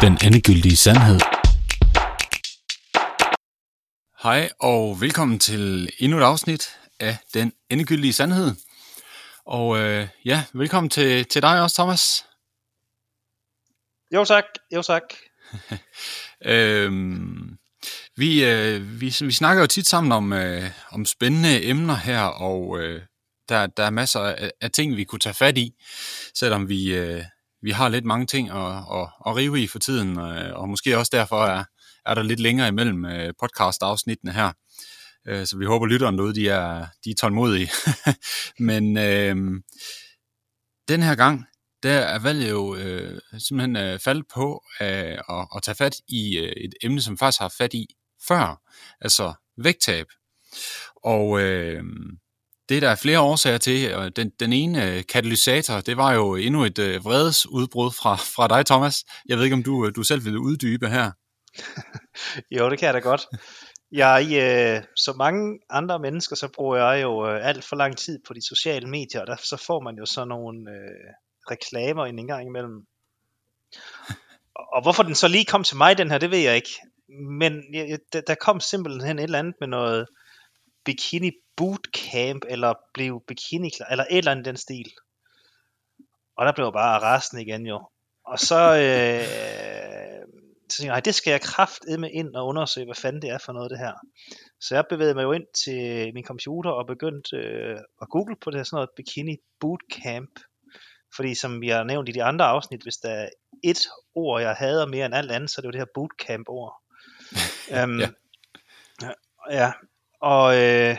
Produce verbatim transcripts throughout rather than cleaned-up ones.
Den endegyldige sandhed. Hej og velkommen til endnu et afsnit af Den endegyldige sandhed. Og øh, ja, velkommen til, til dig også, Thomas. Jo tak, jo tak. øhm, vi, øh, vi, vi snakker jo tit sammen om, øh, om spændende emner her, og øh, der, der er masser af, af ting, vi kunne tage fat i, selvom vi, øh, vi har lidt mange ting at, at, at rive i for tiden, øh, og måske også derfor er, er der lidt længere imellem øh, podcast-afsnittene her. Øh, så vi håber, lytterne derude, de er, de er tålmodige. Men øh, den her gang, der er valget jo øh, simpelthen øh, faldet på øh, at, at tage fat i øh, et emne, som faktisk har fat i før, altså vægttab. Og øh, det der er flere årsager til, og den, den ene øh, katalysator, det var jo endnu et øh, vredesudbrud fra, fra dig, Thomas. Jeg ved ikke, om du, du selv vil uddybe her. Jo, det kan jeg da godt. Jeg, øh, som mange andre mennesker, så bruger jeg jo øh, alt for lang tid på de sociale medier, og der, så får man jo sådan nogle øh, reklamer en gang imellem. Og, og hvorfor den så lige kom til mig, den her, det ved jeg ikke. Men jeg, der, der kom simpelthen et eller andet med noget bikini bootcamp, eller blev bikini klar, eller et eller andet den stil. Og der blev jeg bare rasende igen jo. Og så... Øh, Så tænkte jeg, det skal jeg kraftedme ind og undersøge, hvad fanden det er for noget det her. Så jeg bevægede mig jo ind til min computer og begyndte øh, at google på det her sådan noget bikini bootcamp. Fordi som vi har nævnt i de andre afsnit, hvis der er et ord, jeg hader mere end alt andet, så er det jo det her bootcamp-ord. um, ja. ja. Og, øh,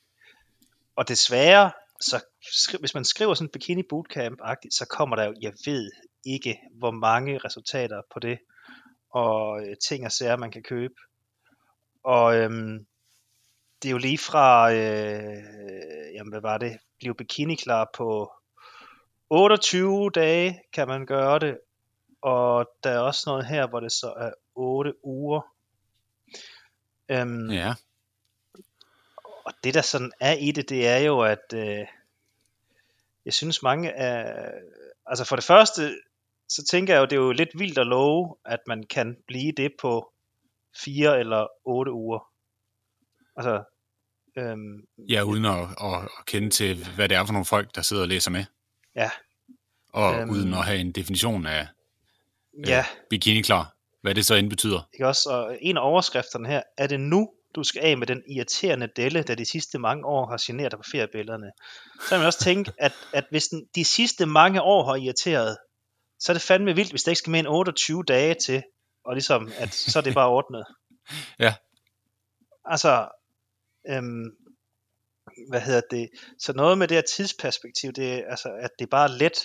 og desværre, så skri- hvis man skriver sådan bikini bootcamp-agtigt, så kommer der jo, jeg ved ikke, hvor mange resultater på det, og ting og sager, man kan købe. Og øhm, det er jo lige fra, øh, jamen hvad var det, blive bikini klar på otteogtyve dage, kan man gøre det. Og der er også noget her, hvor det så er otte uger. Øhm, ja. Og det der sådan er i det, det er jo, at øh, jeg synes mange er, altså for det første, så tænker jeg jo, det er jo lidt vildt at love, at man kan blive det på fire eller otte uger. Altså, øhm, ja, uden at, at, at kende til, hvad det er for nogle folk, der sidder og læser med. Ja. Og øhm, uden at have en definition af ja. øh, bikini klar, hvad det så end betyder. Ikke også? Og en af overskrifterne her, er det nu, du skal af med den irriterende delle, der de sidste mange år har generet dig på feriebillederne. Så kan man også tænke, at, at hvis den, de sidste mange år har irriteret, så er det fandme vildt, hvis der ikke skal med en otteogtyve dage til, og ligesom, at så er det bare ordnet. Ja. Altså, øhm, hvad hedder det? Så noget med det her tidsperspektiv, det er, altså, at det er bare let.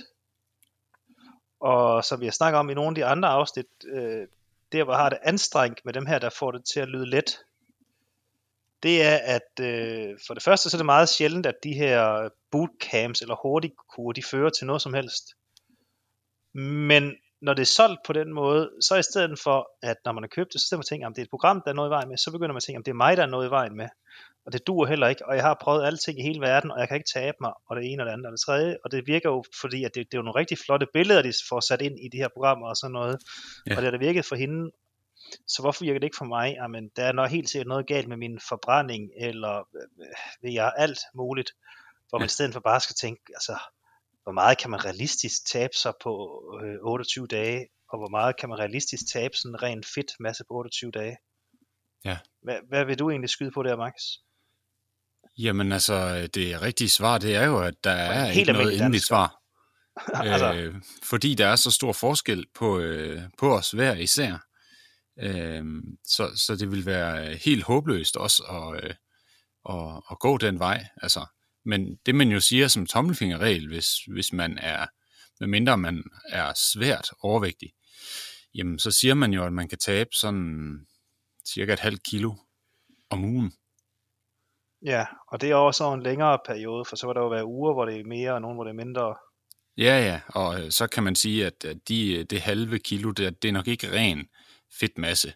Og som vi har snakket om i nogle af de andre afsnit, øh, det hvor har det anstrengt med dem her, der får det til at lyde let, det er, at øh, for det første, så er det meget sjældent, at de her bootcamps eller hurtigkurer, de fører til noget som helst. Men når det er solgt på den måde, så i stedet for, at når man har købt det, så stedet man tænker, om det er et program, der er noget i vejen med, så begynder man at tænke, om det er mig, der er noget i vejen med. Og det duer heller ikke, og jeg har prøvet alle ting i hele verden, og jeg kan ikke tabe mig, og det ene og det andet og det tredje, og det virker jo, fordi at det, det er jo nogle rigtig flotte billeder, de får sat ind i de her programmer og sådan noget, ja. Og det har det virket for hende, så hvorfor virker det ikke for mig? Jamen, der er nok helt sikkert noget galt med min forbrænding, eller øh, ved jeg alt muligt, hvor man ja. I stedet for bare skal tænke, altså, hvor meget kan man realistisk tabe sig på øh, otteogtyve dage, og hvor meget kan man realistisk tabe sådan en ren fedt masse på otteogtyve dage? Ja. Hvad, hvad vil du egentlig skyde på der, Max? Jamen altså, det rigtige svar, det er jo, at der er ikke noget endeligt svar. altså. øh, fordi der er så stor forskel på, øh, på os hver især. Øh, så, så det vil være helt håbløst også at, øh, at, at gå den vej. Altså. Men det man jo siger som tommelfingerregel, hvis, hvis man er, medmindre man er svært overvægtig, jamen så siger man jo, at man kan tabe sådan cirka et halvt kilo om ugen. Ja, og det er også en længere periode, for så vil der jo være uger, hvor det er mere, og nogle, hvor det er mindre. Ja, ja, og øh, så kan man sige, at de, det halve kilo, det, det er nok ikke ren fedtmasse.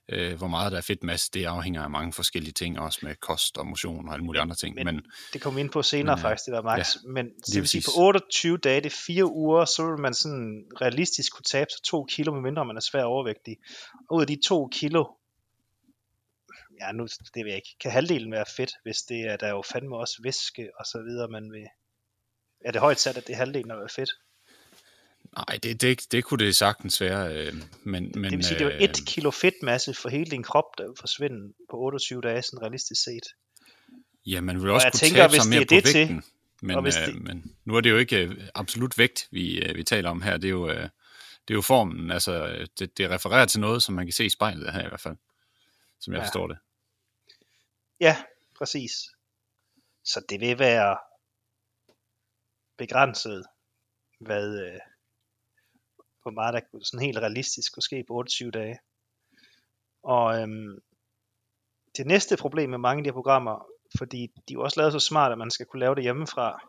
Øh, hvor meget der er fedtmasse, det afhænger af mange forskellige ting, også med kost og motion og alle mulige andre ting. Men, Men, det kommer vi ind på senere men, faktisk, det der max. ja, men lige det vil sige, præcis. på otteogtyve dage, det er fire uger, så vil man sådan realistisk kunne tabe sig to kilo, medmindre man er svær overvægtig. Og ud af de to kilo, ja nu, det ved jeg ikke, kan halvdelen være fedt, hvis det er, der er jo fandme også væske og så videre, man vil. Er det højt sat, at det er halvdelen, der er fedt? Nej, det, det, det kunne det sagtens være. Øh, men, men, det vil sige, det er jo et kilo fedtmasse for hele din krop, der vil forsvinde på otteogtyve dage, sådan realistisk set. Ja, man vil også jeg kunne tænker, tabe hvis sig det mere er på det vægten. til, Men, det... øh, men nu er det jo ikke øh, absolut vægt, vi, øh, vi taler om her. Det er jo, øh, det er jo formen. Altså, det, det refererer til noget, som man kan se i spejlet her i hvert fald. Som jeg ja. forstår det. Ja, præcis. Så det vil være begrænset, hvad, øh, hvor meget der sådan helt realistisk kunne ske på otteogtyve dage. Og øhm, det næste problem med mange af de her programmer, fordi de er jo også lavet så smart, at man skal kunne lave det hjemmefra.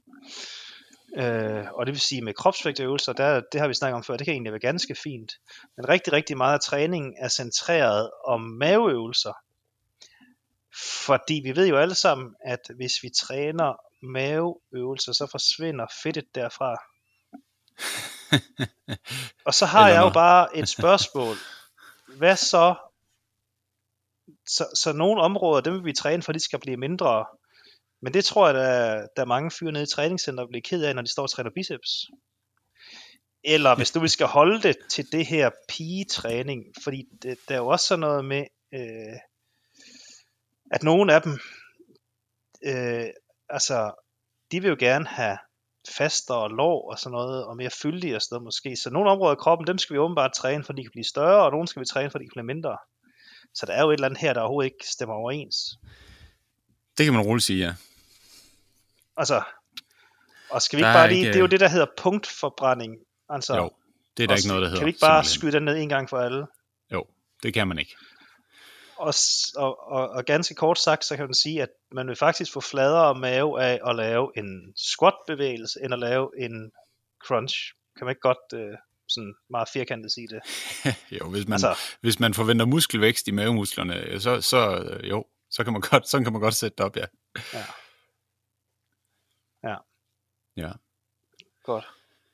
Øh, og det vil sige med kropsvægtøvelser, der, det har vi snakket om før, det kan egentlig være ganske fint. Men rigtig, rigtig meget af træningen er centreret om maveøvelser. Fordi vi ved jo alle sammen, at hvis vi træner maveøvelser, så forsvinder fedtet derfra. Og så har jeg jo bare et spørgsmål. Hvad så? Så, så nogle områder, dem vil vi træne, for de skal blive mindre. Men det tror jeg, der, der er mange fyre nede i træningscenter, der bliver ked af, når de står og træner biceps. Eller hvis du vi skal holde det til det her pigetræning, fordi det, der er jo også sådan noget med, øh, at nogle af dem, øh, altså, de vil jo gerne have fastere lår og sådan noget, og mere fyldige og sådan noget måske. Så nogle områder af kroppen, dem skal vi åbenbart træne, for de kan blive større, og nogle skal vi træne, for de kan blive mindre. Så der er jo et eller andet her, der overhovedet ikke stemmer overens. Det kan man roligt sige, ja. Altså, og skal vi ikke bare lige, ikke... det er jo det, der hedder punktforbrænding. Altså, jo, det er der ikke noget, der hedder. Kan vi ikke bare simpelthen skyde den ned en gang for alle? Jo, det kan man ikke. Og, og, og, og ganske kort sagt, så kan man sige, at man vil faktisk få fladere mave af at lave en squat-bevægelse, end at lave en crunch. Kan man ikke godt øh, sådan meget firkantet sige det? Jo, hvis man, altså, hvis man forventer muskelvækst i mavemusklerne, så, så øh, jo, så kan man godt, så kan man godt sætte det op, ja. Ja. Ja. Ja. Godt.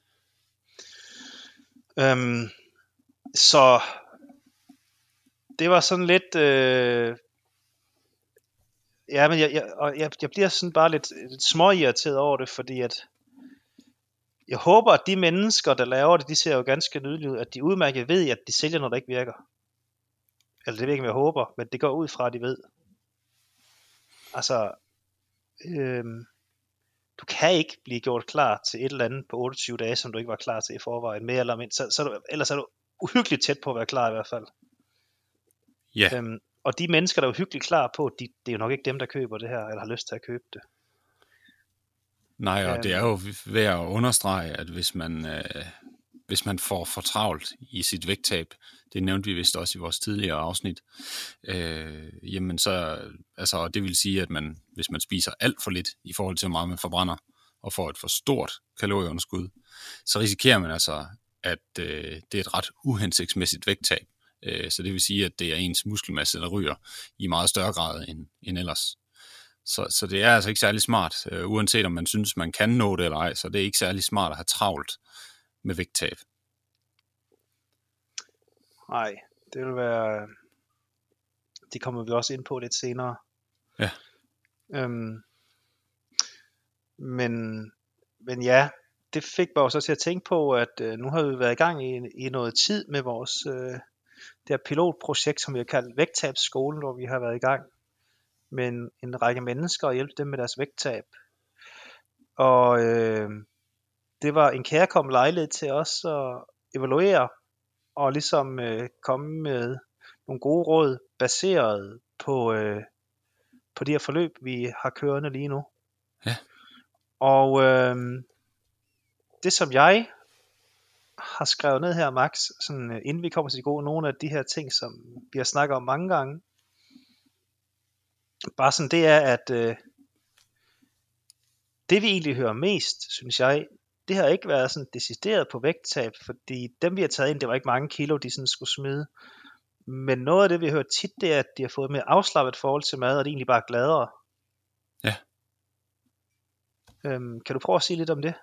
Øhm, så det var sådan lidt øh, ja, men jeg, jeg, og jeg, jeg bliver sådan bare lidt, lidt småirriteret over det, fordi at jeg håber, at de mennesker, der laver det, de ser jo ganske nydeligt ud, at de udmærket ved, at de sælger noget, der ikke virker. Eller det ved jeg ikke, hvad jeg håber, men det går ud fra, at de ved. Altså, øhm, du kan ikke blive gjort klar til et eller andet på otteogtyve dage, som du ikke var klar til i forvejen, mere eller mindre. Så, så er du, ellers er du uhyggeligt tæt på at være klar i hvert fald. Ja. Yeah. Øhm, og de mennesker, der er uhyggeligt klar på, de, det er jo nok ikke dem, der køber det her, eller har lyst til at købe det. Nej, og øhm, det er jo ved at understrege, at hvis man, øh, hvis man får for travlt i sit vægttab, det nævnte vi vist også i vores tidligere afsnit, øh, jamen så, altså det vil sige, at man, hvis man spiser alt for lidt i forhold til, hvor meget man forbrænder, og får et for stort kalorieunderskud, så risikerer man altså, at øh, det er et ret uhensigtsmæssigt vægttab. Øh, så det vil sige, at det er ens muskelmasse, der ryger i meget større grad end, end ellers. Så, så det er altså ikke særlig smart, øh, uanset om man synes, man kan nå det eller ej, så det er ikke særlig smart at have travlt med vægttab. Nej, det vil være, det kommer vi også ind på lidt senere. Ja. Øhm, men, men ja, det fik mig også til at tænke på, at øh, nu har vi været i gang i, i noget tid med vores øh, det her pilotprojekt, som vi har kaldt Vægttabsskolen, hvor vi har været i gang med en, en række mennesker og hjælpe dem med deres vægttab. Og øh, det var en kærkommen lejlighed til os at evaluere og ligesom øh, komme med nogle gode råd baseret på, øh, på de her forløb, vi har kørende lige nu. Ja. Og øh, det som jeg har skrevet ned her, Max, sådan, øh, inden vi kommer til de gode, nogle af de her ting, som vi har snakket om mange gange, bare sådan, det er, at øh, det vi egentlig hører mest, synes jeg, det har ikke været sådan decideret på vægttab, fordi dem vi har taget ind, det var ikke mange kilo, de sådan skulle smide. Men noget af det, vi har hørt tit, det er, at de har fået mere afslappet forhold til mad, og de er egentlig bare gladere. Ja. Øhm, kan du prøve at sige lidt om det?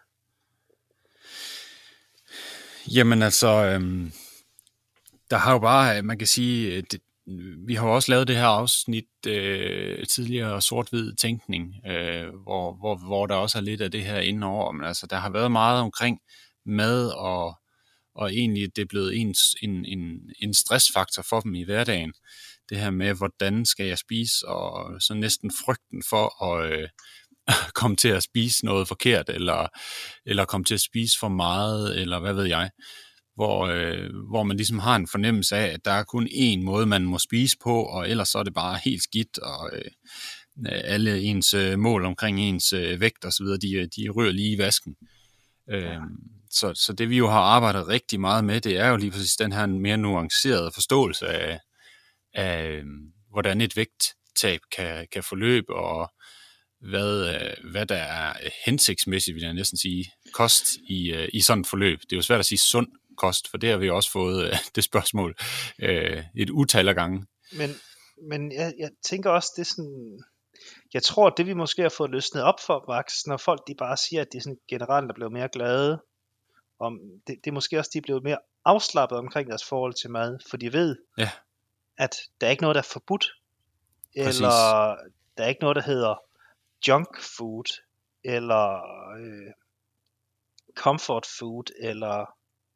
Jamen altså, øhm, der har jo bare, man kan sige, det, vi har jo også lavet det her afsnit øh, tidligere sort-hvid tænkning, øh, hvor, hvor, hvor der også er lidt af det her indenover. Men altså, der har været meget omkring mad, og, og egentlig det er blevet en, en, en, en stressfaktor for dem i hverdagen. Det her med, hvordan skal jeg spise, og så næsten frygten for at øh, komme til at spise noget forkert, eller, eller komme til at spise for meget, eller hvad ved jeg. Hvor, øh, hvor man ligesom har en fornemmelse af, at der er kun én måde, man må spise på, og ellers så er det bare helt skidt, og øh, alle ens øh, mål omkring ens øh, vægt og så videre, de, de rører lige i vasken. Øh, ja. så, så det vi jo har arbejdet rigtig meget med, det er jo lige præcis den her mere nuancerede forståelse af, af hvordan et vægttab kan, kan forløbe, og hvad, hvad der er hensigtsmæssigt, vil jeg næsten sige, kost i, i sådan et forløb. Det er jo svært at sige sund kost, for det har vi også fået det spørgsmål øh, et utal af gange. Men, men jeg, jeg tænker også, det er sådan, jeg tror, det vi måske har fået løsnet op for, Max, når folk de bare siger, at de sådan generelt er blevet mere glade, om det, det er måske også, de er blevet mere afslappet omkring deres forhold til mad, for de ved, ja. at der er ikke noget, der er forbudt, Præcis. eller der er ikke noget, der hedder junk food, eller øh, comfort food, eller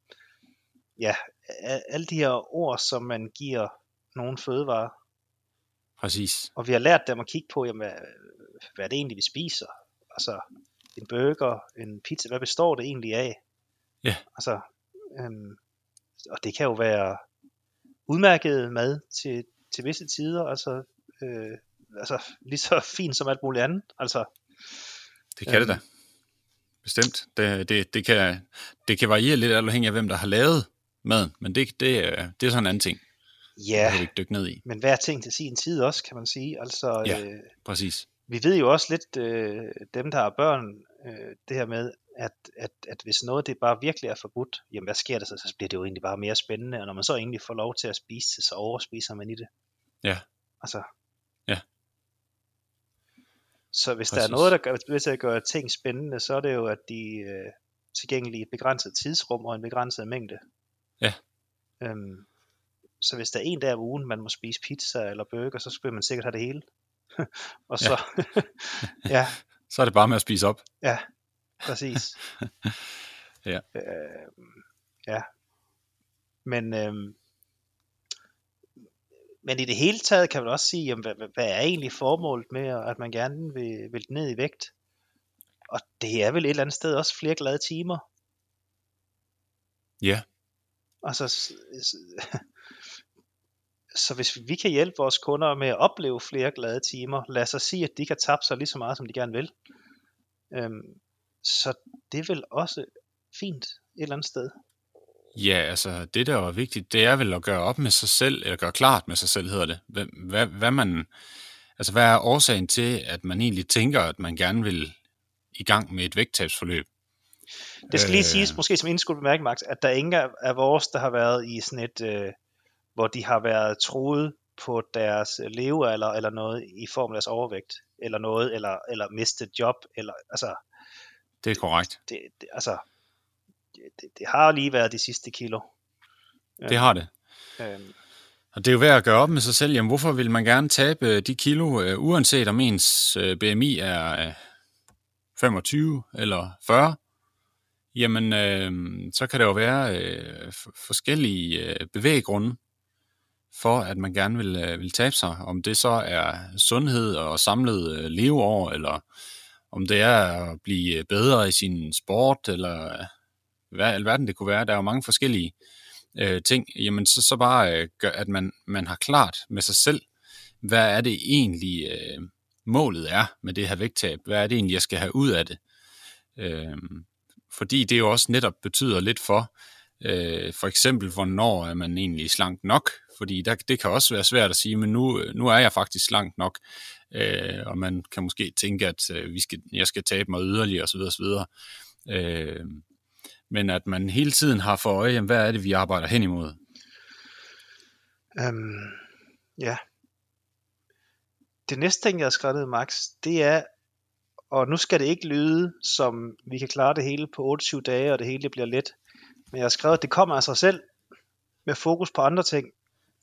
ja, alle de her ord, som man giver nogle fødevarer. Præcis. Og vi har lært dem at kigge på, jamen, hvad, hvad er det egentlig, vi spiser? Altså, en burger, en pizza, hvad består det egentlig af? Ja. Altså, øhm, og det kan jo være udmærket mad til, til visse tider, altså, øh, altså lige så fint som alt muligt andet. Altså, det kan øhm, det da. Bestemt. Det, det, det, kan, det kan variere lidt afhængig af, hvem der har lavet maden, men det, det, det er sådan en anden ting. Ja, det kan vi ikke dykke ned i. Men hver ting til sin tid også, kan man sige. Altså, ja, øh, præcis. Vi ved jo også lidt, øh, dem der har børn, øh, det her med, at, at, at hvis noget det bare virkelig er forbudt, jamen hvad sker der så? Så bliver det jo egentlig bare mere spændende, og når man så egentlig får lov til at spise det, så overspiser man i det. Ja. Altså. Ja. Så hvis præcis. der er noget, der gør, hvis der gør ting spændende, så er det jo, at de er øh, tilgængelige i et begrænset tidsrum og en begrænset mængde. Ja. Øhm, så hvis der er en dag om ugen, man må spise pizza eller burger, så skal man sikkert have det hele. og så, ja. ja. Så er det bare med at spise op. Ja, præcis. ja. Øh, ja. Men, øh, men i det hele taget kan man også sige, jamen, hvad, hvad er egentlig formålet med, at man gerne vil, vil ned i vægt? Og det er vel et eller andet sted også flere glade timer. Ja. Altså, så hvis vi kan hjælpe vores kunder med at opleve flere glade timer, lad os sige, at de kan tabe sig lige så meget, som de gerne vil. Øhm, så det er vel også fint et eller andet sted. Ja, altså det der er vigtigt, det er vel at gøre op med sig selv, eller gøre klart med sig selv, hedder det. Hvad, hvad, hvad, man, altså, hvad er årsagen til, at man egentlig tænker, at man gerne vil i gang med et vægttabsforløb? Det skal lige siges, måske som indskudt bemærkning, Max, at der er ingen af vores, der har været i sådan et, øh, hvor de har været troet på deres levealder eller noget i form af deres overvægt, eller noget, eller, eller mistet job, eller altså. Det er korrekt. Det, det, altså, det, det, det har lige været de sidste kilo. Det har det. Øhm. Og det er jo værd at gøre op med sig selv, jamen hvorfor vil man gerne tabe de kilo, øh, uanset om ens øh, B M I er øh, femogtyve eller fyrre? Jamen, øh, så kan der jo være øh, forskellige øh, bevæggrunde for, at man gerne vil, øh, vil tabe sig. Om det så er sundhed og samlet øh, leveår, eller om det er at blive bedre i sin sport, eller hvad alverden det kunne være. Der er jo mange forskellige øh, ting. Jamen, så, så bare øh, gør, at man, man har klart med sig selv, hvad er det egentlig øh, målet er med det her vægttab? Hvad er det egentlig, jeg skal have ud af det? Øh, Fordi det jo også netop betyder lidt for, øh, for eksempel, hvornår er man egentlig slank nok. Fordi der, det kan også være svært at sige, men nu, nu er jeg faktisk slank nok. Øh, og man kan måske tænke, at øh, vi skal, jeg skal tabe mig yderligere osv. osv. Øh, men at man hele tiden har for øje, jamen, hvad er det, vi arbejder hen imod? Øhm, ja. Det næste ting, jeg har skrevet ned, Max, det er, og nu skal det ikke lyde, som vi kan klare det hele på otte til syv dage, og det hele bliver let. Men jeg har skrevet, at det kommer af sig selv, med fokus på andre ting.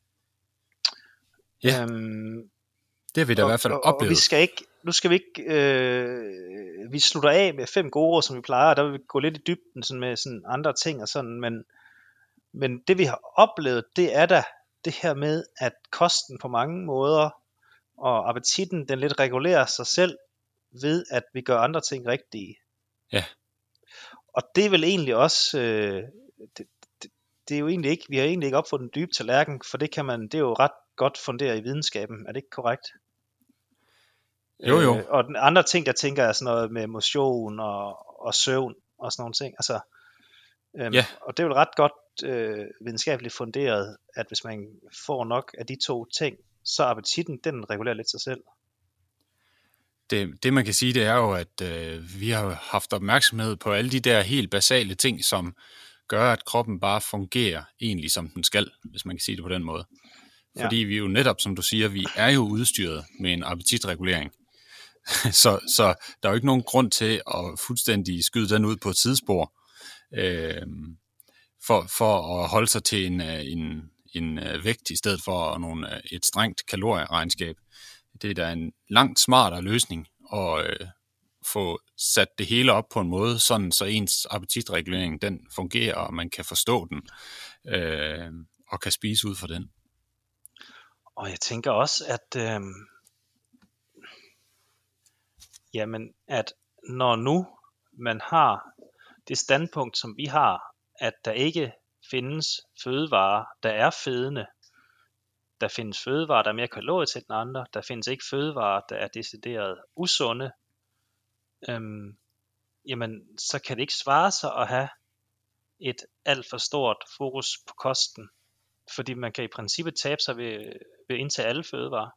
Ja, øhm, det har vi da og, i hvert fald og, oplevet. Og vi skal ikke, nu skal vi ikke, øh, vi slutter af med fem gode råd, som vi plejer, og der vil vi gå lidt i dybden sådan med sådan andre ting og sådan, men, men det vi har oplevet, det er da det her med, at kosten på mange måder, og appetitten, den lidt regulerer sig selv, ved at vi gør andre ting rigtige. Ja. Og det er vel egentlig også, øh, det, det, det er jo egentlig ikke, vi har egentlig ikke opfundet den dybe tallerken, for det kan man, det er jo ret godt funderet i videnskaben, er det ikke korrekt? Jo, jo. Øh, og den andre ting, der tænker jeg sådan noget med motion og, og søvn og sådan nogle ting. Altså, øhm, Ja. Og det er jo ret godt øh, videnskabeligt funderet, at hvis man får nok af de to ting, så appetitten, den regulerer lidt sig selv. Det, det man kan sige, det er jo, at øh, vi har haft opmærksomhed på alle de der helt basale ting, som gør, at kroppen bare fungerer egentlig som den skal, hvis man kan sige det på den måde. Fordi ja. vi jo netop, som du siger, vi er jo udstyret med en appetitregulering. så, så der er jo ikke nogen grund til at fuldstændig skyde den ud på et sidespor, øh, for, for at holde sig til en, en, en vægt i stedet for nogle, et strengt kalorieregnskab. Det er da en langt smartere løsning at øh, få sat det hele op på en måde, sådan så ens appetitregulering den fungerer, og man kan forstå den, øh, og kan spise ud fra den. Og jeg tænker også, at øh, jamen, at når nu man har det standpunkt, som vi har, at der ikke findes fødevarer, der er fedende, der findes fødevarer, der er mere kalorietæt end andre, der findes ikke fødevarer, der er decideret usunde, øhm, jamen, så kan det ikke svare sig at have et alt for stort fokus på kosten, fordi man kan i princippet tabe sig ved, ved at indtage alle fødevarer.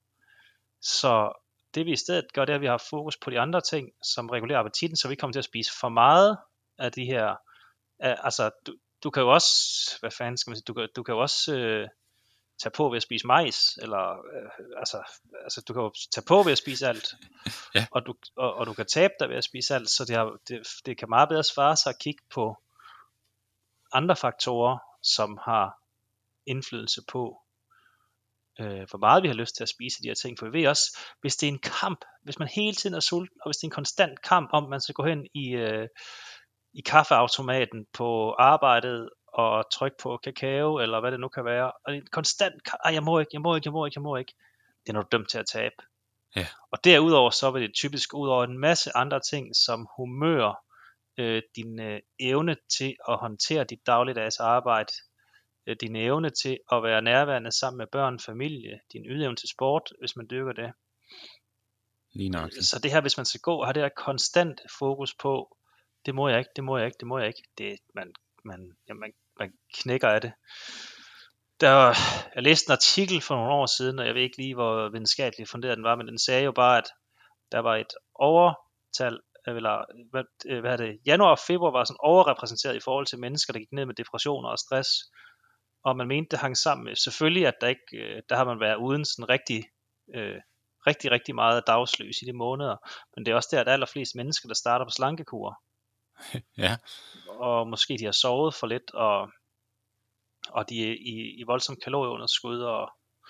Så det vi i stedet gør, det er, at vi har fokus på de andre ting, som regulerer appetitten, så vi kommer til at spise for meget af de her, altså, du, du kan jo også, hvad fanden skal man sige, du kan, du kan jo også øh, tage på ved at spise majs, eller øh, altså, altså du kan jo tage på ved at spise alt, ja. og, du, og, og du kan tabe dig ved at spise alt, så det, har, det, det kan meget bedre svare sig at kigge på andre faktorer, som har indflydelse på, øh, hvor meget vi har lyst til at spise de her ting, for vi ved også, hvis det er en kamp, hvis man hele tiden er sulten, og hvis det er en konstant kamp om, man skal gå hen i, øh, i kaffeautomaten på arbejdet, og trykke på kakao, eller hvad det nu kan være, og en konstant, ej, jeg må ikke, jeg må ikke, jeg må ikke, jeg må ikke, det er noget dømt til at tabe. Ja. Og derudover, så vil det typisk ud over en masse andre ting, som humør, øh, din øh, evne til at håndtere dit dagligdags arbejde, øh, din evne til at være nærværende sammen med børn, familie, din ydeevne til sport, hvis man dyrker det. Lige nok. Så det her, hvis man skal gå og have det her konstant fokus på, det må jeg ikke, det må jeg ikke, det må jeg ikke, det, man, man, ja, man, man knækker af det. Der var, jeg læste en artikel for nogle år siden, og jeg ved ikke lige, hvor videnskabeligt funderet den var, men den sagde jo bare, at der var et overtal, eller hvad, hvad er det, januar og februar var sådan overrepræsenteret i forhold til mennesker, der gik ned med depressioner og stress, og man mente, det hang sammen med, selvfølgelig, at der ikke, der har man været uden sådan rigtig, øh, rigtig, rigtig meget dagslys i de måneder, men det er også der, at der er allerflest mennesker, der starter på slankekur. Ja. Og måske de har sovet for lidt, og, og de er i, i voldsomt kalorieunderskud, og,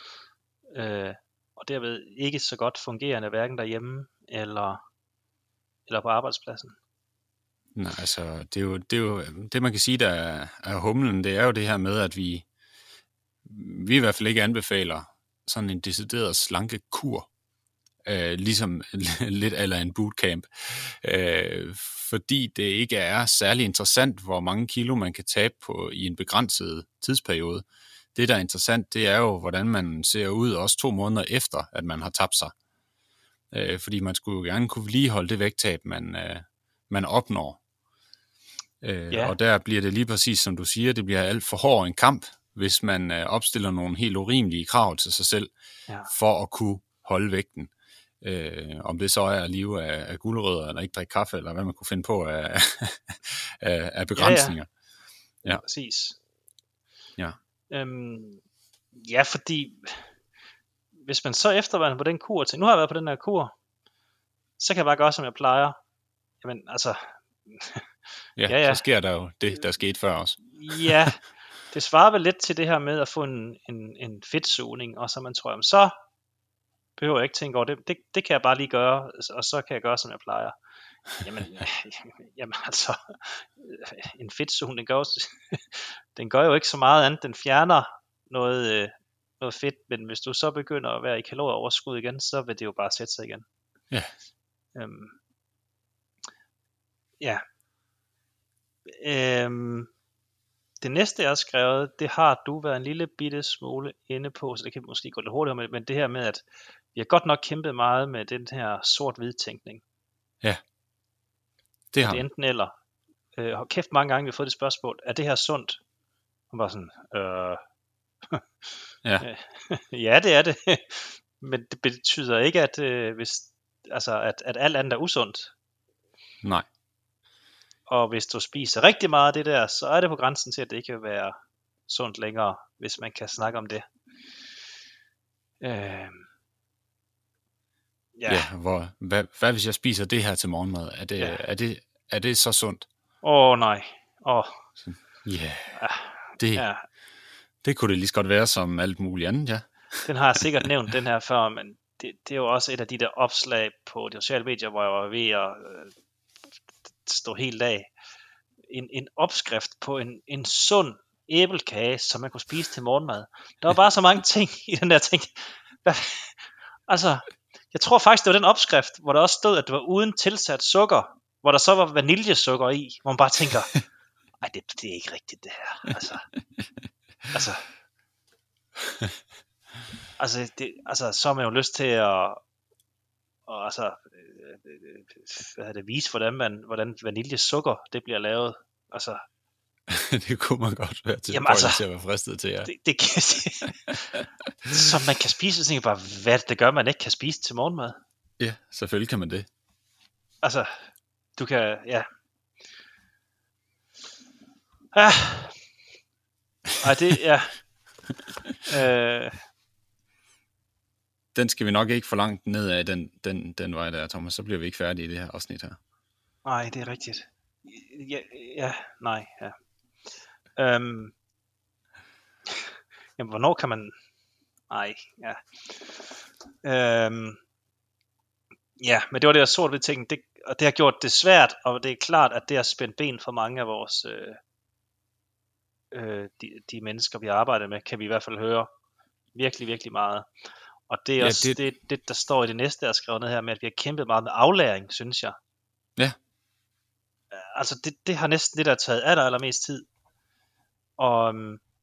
øh, og derved ikke så godt fungerende, hverken derhjemme, eller, eller på arbejdspladsen. Nej, altså, det er jo det, er jo, det man kan sige, der er, er humlen, det er jo det her med, at vi, vi i hvert fald ikke anbefaler sådan en decideret slankekur, øh, ligesom lidt eller en bootcamp, øh, fordi det ikke er særlig interessant, hvor mange kilo man kan tabe på i en begrænset tidsperiode. Det, der er interessant, det er jo, hvordan man ser ud også to måneder efter, at man har tabt sig. Øh, fordi man skulle jo gerne kunne vedligeholde det vægttab, man, øh, man opnår. Øh, ja. Og der bliver det lige præcis, som du siger, det bliver alt for hård en kamp, hvis man øh, opstiller nogle helt urimelige krav til sig selv, ja. For at kunne holde vægten. Øh, om det så er at leve af, af gulerødder, eller ikke drikke kaffe, eller hvad man kunne finde på af, af, af begrænsninger. Ja, ja. Ja. Præcis. Ja. Øhm, Ja, fordi hvis man så efterværende på den kur tænker, nu har jeg været på den her kur, så kan jeg bare gøre, som jeg plejer. Jamen, altså... ja, ja, ja, så sker der jo det, der skete før også. Ja, det svarer vel lidt til det her med at få en, en, en fedtsugning, og så man tror, jamen, så behøver jeg ikke tænke over det. det. Det kan jeg bare lige gøre, og så kan jeg gøre, som jeg plejer. Jamen, jamen altså, en fedtsugning gør, den gør jo ikke så meget andet, den fjerner noget, noget fedt, men hvis du så begynder at være i kalorieoverskud igen, så vil det jo bare sætte sig igen. Ja. Øhm, ja. Øhm, det næste jeg har skrevet, det har du været en lille bitte smule inde på, så det kan måske gå lidt hurtigere med, men det her med, at vi har godt nok kæmpet meget med den her sort-hvid tænkning. Ja, det har det enten eller. Øh, har kæft mange gange vi har fået det spørgsmål, er det her sundt? Og bare sådan, øh... ja. ja, det er det. Men det betyder ikke, at, øh, hvis, altså, at, at alt andet er usundt. Nej. Og hvis du spiser rigtig meget af det der, så er det på grænsen til, at det ikke kan være sundt længere, hvis man kan snakke om det. Øh... Ja, ja hvor, hvad, hvad hvis jeg spiser det her til morgenmad? Er det, ja. er det, er det så sundt? Åh oh, nej. Oh. Yeah. Ja, det, ja. det kunne det lige så godt være som alt muligt andet, ja. Den har jeg sikkert nævnt, den her før, men det, det er jo også et af de der opslag på de sociale medier, hvor jeg var ved at øh, stå helt af. En, en opskrift på en, en sund æblekage, som man kunne spise til morgenmad. Der var bare så mange ting i den der ting. Altså, jeg tror faktisk, det var den opskrift, hvor der også stod, at det var uden tilsat sukker, hvor der så var vaniljesukker i, hvor man bare tænker, ej, det, det er ikke rigtigt det her. Altså, altså, altså, det, altså så har man jo lyst til at, og altså, hvad er det, vise, hvordan, man, hvordan vaniljesukker det bliver lavet. Altså, det kunne man godt være til, altså, til at være fristet til, ja. Det, det kan, som man kan spise, så tænker jeg bare, hvad det gør, man ikke kan spise til morgenmad. Ja, selvfølgelig kan man det. Altså, du kan, ja. Ah. Ej, det, ja. øh. Den skal vi nok ikke for langt ned af, den, den, den vej der, Thomas. Så bliver vi ikke færdige i det her afsnit her. Nej, det er rigtigt. Ja, ja nej, ja. Øhm. Jamen, hvornår kan man... Nej, ja. Øhm. Ja, men det var det der sort ved ting. Det, og det har gjort det svært, og det er klart, at det har spændt ben for mange af vores... Øh, øh, de, de mennesker, vi arbejder med, kan vi i hvert fald høre virkelig, virkelig meget. Og det er ja, også det... Det, det, der står i det næste, jeg har skrevet ned her, med at vi har kæmpet meget med aflæring, synes jeg. Ja. Altså, det, det har næsten det, der har taget aller, allermest tid. Og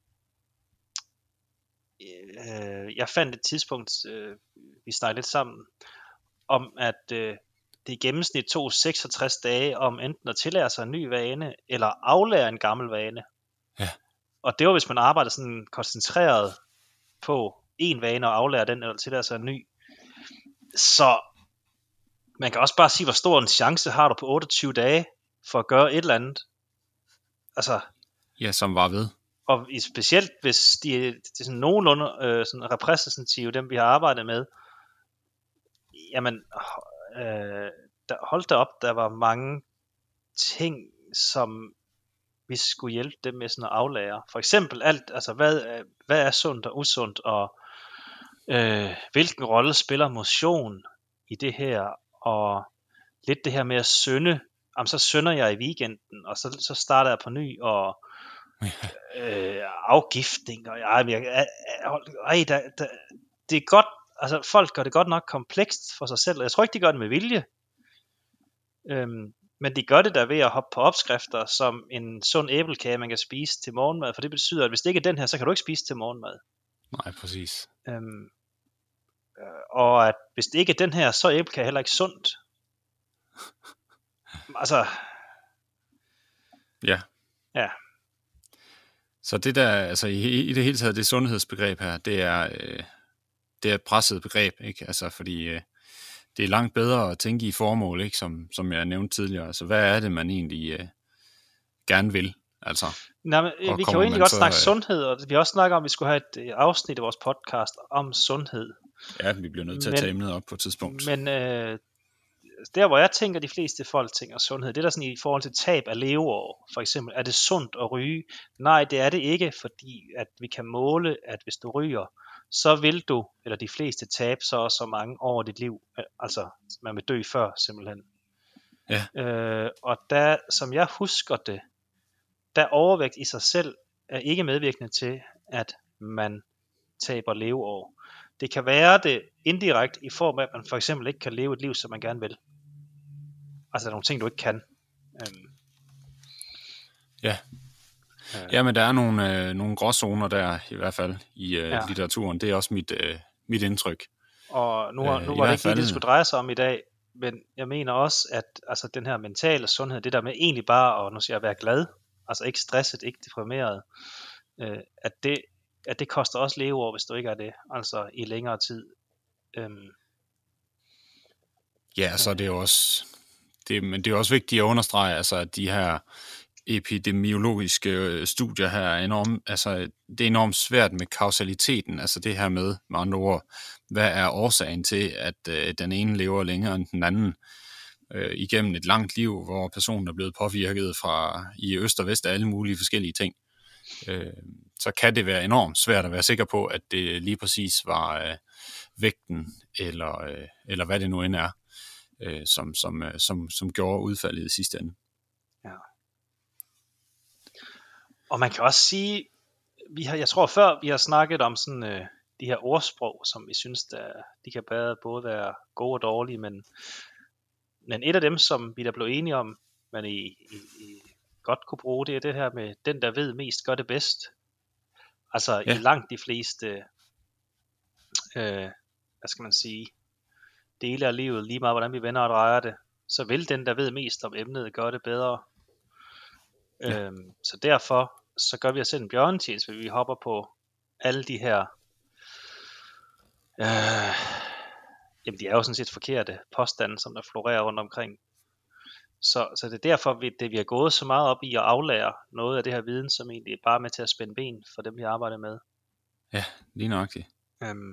øh, jeg fandt et tidspunkt, øh, vi snakkede lidt sammen, om at øh, det i gennemsnit tog seksogtres dage om enten at tillære sig en ny vane, eller aflære en gammel vane. Ja. Og det var, hvis man arbejdede sådan koncentreret på en vane og aflære den, eller tillære sig en ny. Så man kan også bare sige, hvor stor en chance har du på otteogtyve dage, for at gøre et eller andet. Altså... Ja, som var ved. Og specielt hvis de er sådan nogenlunde øh, sådan repræsentative, dem vi har arbejdet med, jamen, øh, der, hold da op, der var mange ting, som vi skulle hjælpe dem med sådan at aflære. For eksempel alt, altså hvad, hvad er sundt og usundt, og øh, hvilken rolle spiller motion i det her, og lidt det her med at synde. Jamen, så synder jeg i weekenden, og så, så starter jeg på ny, og øh, afgiftning, og ej, jeg, ej, der, der, det er godt, altså folk gør det godt nok komplekst for sig selv, jeg tror ikke de gør det med vilje, øhm, men de gør det der ved at hoppe på opskrifter som en sund æblekage man kan spise til morgenmad, for det betyder at hvis det ikke er den her, så kan du ikke spise til morgenmad. Nej, præcis. øhm, øh, og at hvis det ikke er den her, så er æblekage heller ikke sundt. Altså ja. Ja. Så det der, altså i, i det hele taget, det sundhedsbegreb her, det er, øh, det er et presset begreb, ikke? Altså fordi øh, det er langt bedre at tænke i formål, ikke? Som, som jeg nævnte tidligere. Altså hvad er det, man egentlig øh, gerne vil? Altså, Nej, men, vi kan jo egentlig godt så, snakke sundhed, og vi har også snakket om, at vi skulle have et afsnit af vores podcast om sundhed. Ja, vi bliver nødt til men, at tage emnet op på et tidspunkt. Men øh, der, hvor jeg tænker, de fleste folk tænker sundhed, det er der sådan i forhold til tab af leveår, for eksempel. Er det sundt at ryge? Nej, det er det ikke, fordi at vi kan måle, at hvis du ryger, så vil du, eller de fleste, tabe så og så mange år af dit liv. Altså, man vil dø før, simpelthen. Ja. Øh, og der, som jeg husker det, der overvægt i sig selv er ikke medvirkende til, at man taber leveår. Det kan være det indirekte i form af, at man for eksempel ikke kan leve et liv, som man gerne vil. Altså, der er nogle ting, du ikke kan. Øhm. Ja. Øh. Ja, men der er nogle, øh, nogle gråzoner der, i hvert fald, i øh, ja. litteraturen. Det er også mit, øh, mit indtryk. Og nu, øh, nu var det ikke fald... det, det skulle dreje sig om i dag, men jeg mener også, at altså, den her mentale sundhed, det der med egentlig bare, og nu siger jeg, at være glad, altså ikke stresset, ikke deprimeret, øh, at, det, at det koster også leveår, hvis du ikke er det, altså i længere tid. Øhm. Ja, så er det jo også, det, men det er også vigtigt at understrege, altså, at de her epidemiologiske studier her er enormt, altså det er enormt svært med kausaliteten, altså det her med, med andre ord, hvad er årsagen til, at øh, den ene lever længere end den anden, øh, igennem et langt liv, hvor personen er blevet påvirket fra i øst og vest af alle mulige forskellige ting. Øh, så kan det være enormt svært at være sikker på, at det lige præcis var øh, vægten, eller, øh, eller hvad det nu end er, øh, som, som, øh, som, som gjorde udfaldet i sidste ende. Ja. Og man kan også sige, vi har, jeg tror før vi har snakket om sådan øh, de her ordsprog, som vi synes, der, de kan både, både være gode og dårlige, men, men et af dem, som vi der blev enige om, man i, i, i godt kunne bruge, det er det her med, den der ved mest, gør det bedst. Altså ja. I langt de fleste, øh, hvad skal man sige, dele af livet, lige meget hvordan vi vender og drejer det, så vil den der ved mest om emnet gøre det bedre. Ja. Øhm, så derfor så gør vi os selv en bjørnetjeneste, fordi vi hopper på alle de her øh, jamen de er jo sådan set forkerte påstande, som der florerer rundt omkring. Så, så det er derfor vi, det vi har gået så meget op i at aflære noget af det her viden, som egentlig er bare med til at spænde ben for dem vi arbejder med. Ja, lige nøjagtigt. øhm,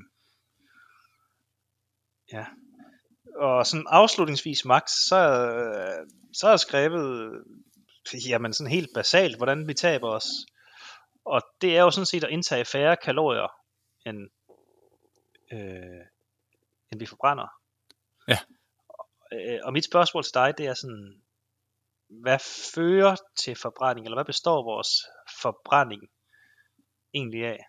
Ja. Og sådan afslutningsvis Max, så, så har jeg skrevet jamen sådan helt basalt, hvordan vi taber os. Og det er jo sådan set at indtage færre kalorier, end, øh, end vi forbrænder. Ja. Og, øh, og mit spørgsmål til dig, det er sådan, hvad fører til forbrænding, eller hvad består vores forbrænding egentlig af?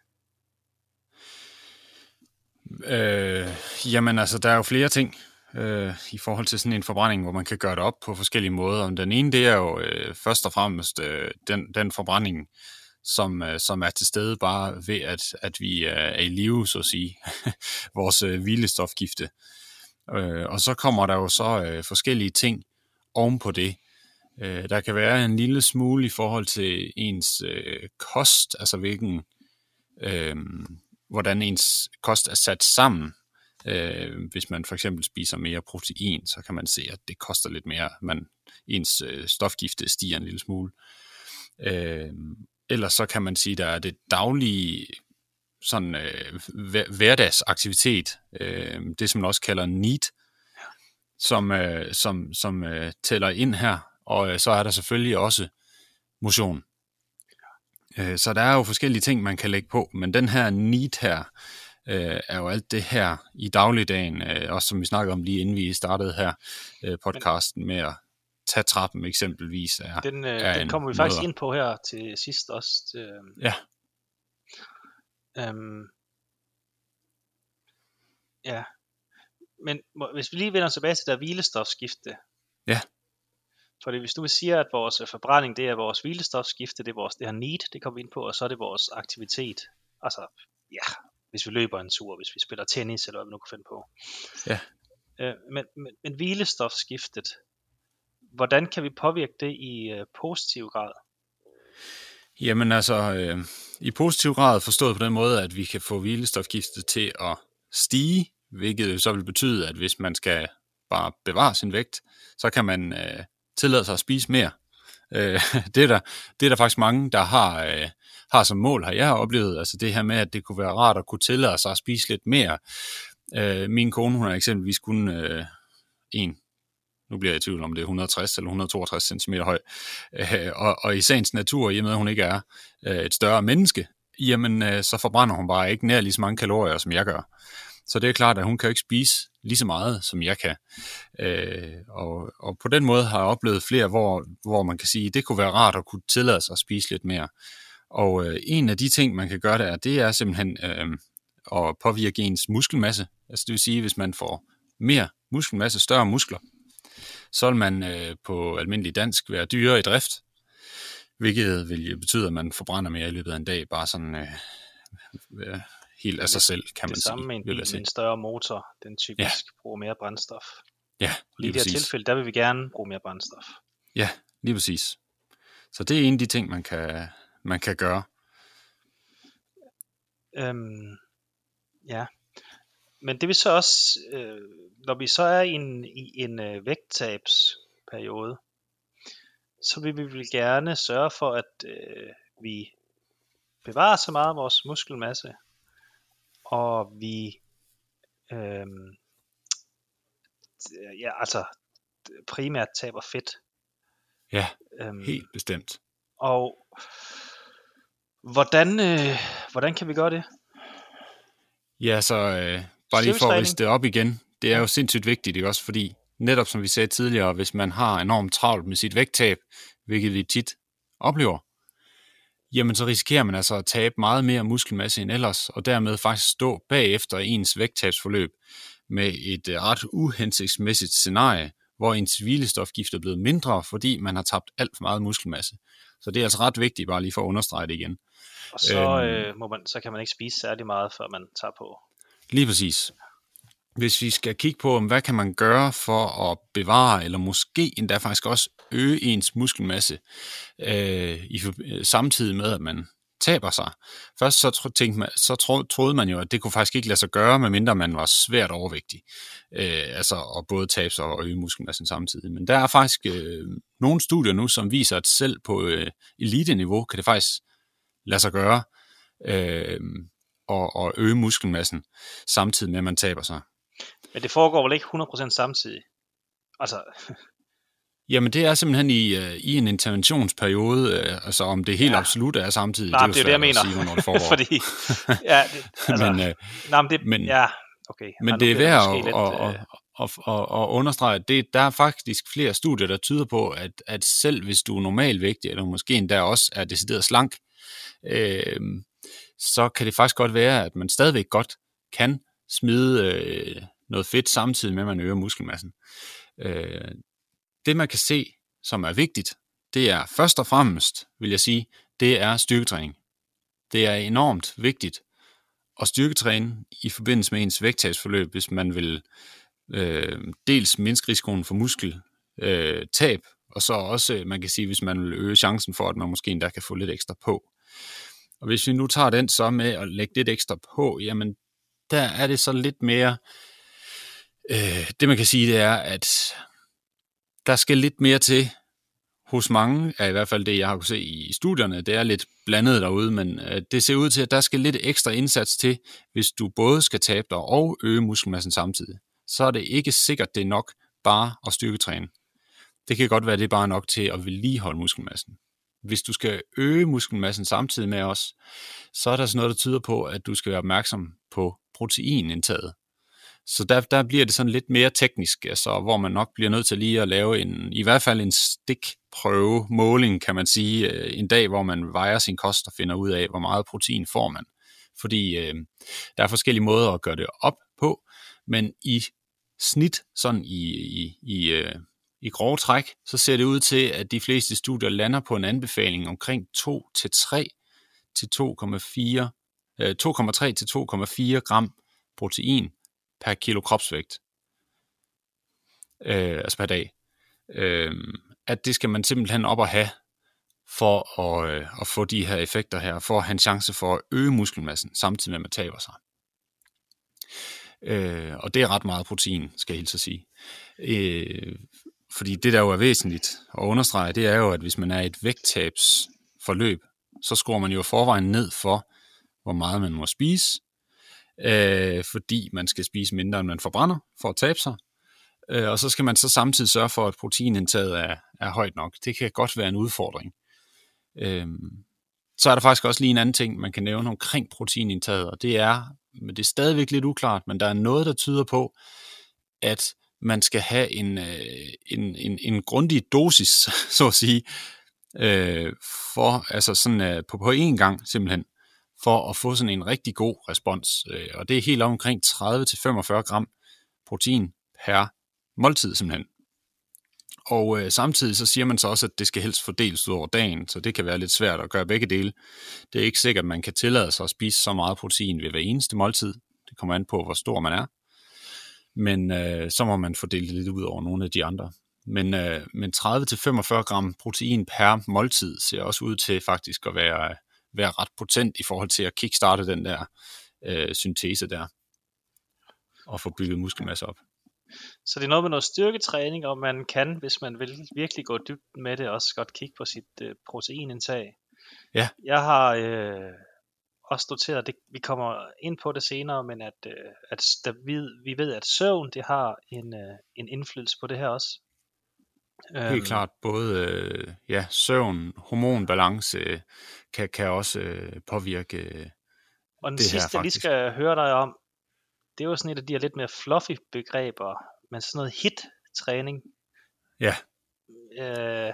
Øh, jamen altså, der er jo flere ting øh, i forhold til sådan en forbrænding, hvor man kan gøre det op på forskellige måder. Den ene, det er jo øh, først og fremmest øh, den, den forbrænding, som, øh, som er til stede bare ved, at, at vi er i live, så at sige, vores øh, hvilestofgifte. Øh, og så kommer der jo så øh, forskellige ting oven på det. Øh, der kan være en lille smule i forhold til ens øh, kost, altså hvilken... Øh, hvordan ens kost er sat sammen. Øh, hvis man for eksempel spiser mere protein, så kan man se, at det koster lidt mere. Man, ens øh, stofgifte stiger en lille smule. Øh, ellers så kan man sige, at der er det daglige sådan, øh, hverdagsaktivitet, øh, det som man også kalder need, som, øh, som, som øh, tæller ind her. Og øh, så er der selvfølgelig også motion. Så der er jo forskellige ting, man kan lægge på, men den her need her, øh, er jo alt det her i dagligdagen, øh, også som vi snakkede om lige inden vi startede her øh, podcasten med at tage trappen eksempelvis. Er, den øh, er den kommer vi faktisk ind på her til sidst også. Til, øh, ja. Øhm, ja. Men hvis vi lige vender tilbage til der hvilestofskifte. Ja. Fordi hvis du siger, at vores forbrænding, det er vores hvilestofskifte, det er vores, det her need, det kommer vi ind på, og så er det vores aktivitet. Altså, ja, hvis vi løber en tur, hvis vi spiller tennis, eller hvad vi nu kan finde på. Ja. Øh, men, men, men hvilestofskiftet, hvordan kan vi påvirke det i øh, positiv grad? Jamen altså, øh, i positiv grad forstået på den måde, at vi kan få hvilestofskiftet til at stige, hvilket så vil betyde, at hvis man skal bare bevare sin vægt, så kan man... Øh, tillade sig at spise mere, Øh, det, er der, det er der faktisk mange, der har, øh, har som mål, har jeg oplevet. Altså det her med, at det kunne være rart at kunne tillade sig at spise lidt mere. Øh, min kone, hun er eksempelvis kun øh, en, nu bliver jeg i tvivl om det er et hundrede og tres eller et hundrede og toogtres centimeter høj. Øh, og, og i sagens natur, i og med at hun ikke er øh, et større menneske, jamen øh, så forbrænder hun bare ikke nær lige så mange kalorier, som jeg gør. Så det er klart, at hun kan ikke spise lige så meget, som jeg kan. Øh, og, og på den måde har jeg oplevet flere, hvor, hvor man kan sige, at det kunne være rart at kunne tillade sig at spise lidt mere. Og øh, en af de ting, man kan gøre der, det er simpelthen øh, at påvirke ens muskelmasse. Altså det vil sige, hvis man får mere muskelmasse, større muskler, så vil man øh, på almindelig dansk være dyrere i drift, hvilket vil betyde, at man forbrænder mere i løbet af en dag, bare sådan øh, øh, helt af sig selv, kan man sige. Det samme med en bil med en større motor, den typisk ja. bruger mere brændstof. Ja, lige I det her tilfælde, der vil vi gerne bruge mere brændstof. Ja, lige præcis. Så det er en af de ting, man kan, man kan gøre. Øhm, ja, men det vil så også, øh, når vi så er i en, i en øh, vægttabsperiode, så vil vi vel gerne sørge for, at øh, vi bevarer så meget af vores muskelmasse, og vi øh, ja, altså primært taber fedt. Ja, øhm, helt bestemt. Og hvordan, øh, hvordan kan vi gøre det? Ja, så øh, bare lige for at riste det op igen, det er jo sindssygt vigtigt, ikke også? Fordi netop som vi sagde tidligere, hvis man har enormt travlt med sit vægttab, hvilket vi tit oplever, jamen så risikerer man altså at tabe meget mere muskelmasse end ellers, og dermed faktisk stå bagefter ens vægttabsforløb med et øh, ret uhensigtsmæssigt scenarie, hvor ens hvilestofgift er blevet mindre, fordi man har tabt alt for meget muskelmasse. Så det er altså ret vigtigt, bare lige for at understrege det igen. Og så, øh, må man, så kan man ikke spise særlig meget, før man tager på. Lige præcis. Hvis vi skal kigge på, hvad kan man gøre for at bevare, eller måske endda faktisk også øge ens muskelmasse, øh, i, samtidig med, at man taber sig. Først så, tro, tænkte man, så tro, troede man jo, at det kunne faktisk ikke lade sig gøre, medmindre man var svært overvægtig. Øh, altså at både tabe sig og øge muskelmassen samtidig. Men der er faktisk øh, nogle studier nu, som viser, at selv på øh, elite-niveau kan det faktisk lade sig gøre øh, og, og øge muskelmassen samtidig med, at man taber sig. Men det foregår vel ikke hundrede procent samtidig? Altså... Jamen det er simpelthen i, uh, i en interventionsperiode, uh, altså om det helt ja. absolut er samtidig, nej, det er jo svært at sige, hvornår det foregår. Fordi, ja, det, altså, men, uh, nej, men, det, men, ja, okay. men ja, det er værd at, lidt, at, at, at, at understrege, at det, der er faktisk flere studier, der tyder på, at, at selv hvis du er normalvægtig, eller måske endda også er decideret slank, øh, så kan det faktisk godt være, at man stadigvæk godt kan smide øh, noget fedt samtidig med, at man øger muskelmassen. Øh, Det man kan se, som er vigtigt, det er først og fremmest, vil jeg sige, det er styrketræning. Det er enormt vigtigt at styrketræne i forbindelse med ens vægttabsforløb, hvis man vil øh, dels mindske risikoen for muskeltab, øh, tab, og så også, man kan sige, hvis man vil øge chancen for, at man måske endda kan få lidt ekstra på. Og hvis vi nu tager den så med at lægge lidt ekstra på, jamen der er det så lidt mere, øh, det man kan sige, det er, at der skal lidt mere til hos mange, er i hvert fald det, jeg har kunnet se i studierne. Det er lidt blandet derude, men det ser ud til, at der skal lidt ekstra indsats til, hvis du både skal tabe dig og øge muskelmassen samtidig. Så er det ikke sikkert, det er nok bare at styrketræne. Det kan godt være, det er bare nok til at vedligeholde muskelmassen. Hvis du skal øge muskelmassen samtidig med os, så er der sådan noget, der tyder på, at du skal være opmærksom på proteinindtaget. Så der, der bliver det sådan lidt mere teknisk, altså, hvor man nok bliver nødt til lige at lave en, i hvert fald en stikprøve måling, kan man sige, en dag, hvor man vejer sin kost og finder ud af, hvor meget protein får man. Fordi øh, der er forskellige måder at gøre det op på, men i snit, sådan i, i, i, øh, i grove træk, så ser det ud til, at de fleste studier lander på en anbefaling omkring to til tre til to komma fire, øh, to komma tre til to komma fire gram protein per kilo kropsvægt, øh, altså per dag, øh, at det skal man simpelthen op at have, for at, øh, at få de her effekter her, for at have en chance for at øge muskelmassen, samtidig med at man taber sig. Øh, og det er ret meget protein, skal jeg hilse at sige. Øh, fordi det, der jo er væsentligt at understrege, det er jo, at hvis man er i et vægttabsforløb, så skruer man jo forvejen ned for, hvor meget man må spise, øh, fordi man skal spise mindre, end man forbrænder, for at tabe sig. Øh, og så skal man så samtidig sørge for, at proteinindtaget er, er højt nok. Det kan godt være en udfordring. Øh, så er der faktisk også lige en anden ting, man kan nævne omkring proteinindtaget, og det er, men det er stadigvæk lidt uklart, men der er noget, der tyder på, at man skal have en, en, en, en grundig dosis, så at sige, øh, for, altså sådan øh, på, på én gang simpelthen, for at få sådan en rigtig god respons. Øh, og det er helt omkring tredive til femogfyrre gram protein per måltid simpelthen. Og øh, samtidig så siger man så også, at det skal helst fordeles ud over dagen, så det kan være lidt svært at gøre begge dele. Det er ikke sikkert, at man kan tillade sig at spise så meget protein ved hver eneste måltid. Det kommer an på, hvor stor man er. Men øh, så må man fordele det lidt ud over nogle af de andre. Men, øh, men tredive til femogfyrre gram protein per måltid ser også ud til faktisk at være, være ret potent i forhold til at kickstarte den der øh, syntese der, og få bygget muskelmasse op. Så det er noget med noget styrketræning, og man kan, hvis man vil virkelig gå dybt med det, også godt kigge på sit øh, proteinindtag. Ja. Jeg har øh, også noteret, det, vi kommer ind på det senere, men at, øh, at der, vi, vi ved, at søvn, det har en, øh, en indflydelse på det her også. Helt um, klart, både øh, ja, søvn, hormonbalance øh, kan, kan også øh, påvirke øh, og den det sidste, her, jeg lige skal høre dig om, det er jo sådan et af de her lidt mere fluffy begreber, men sådan noget hit-træning. Ja. Øh,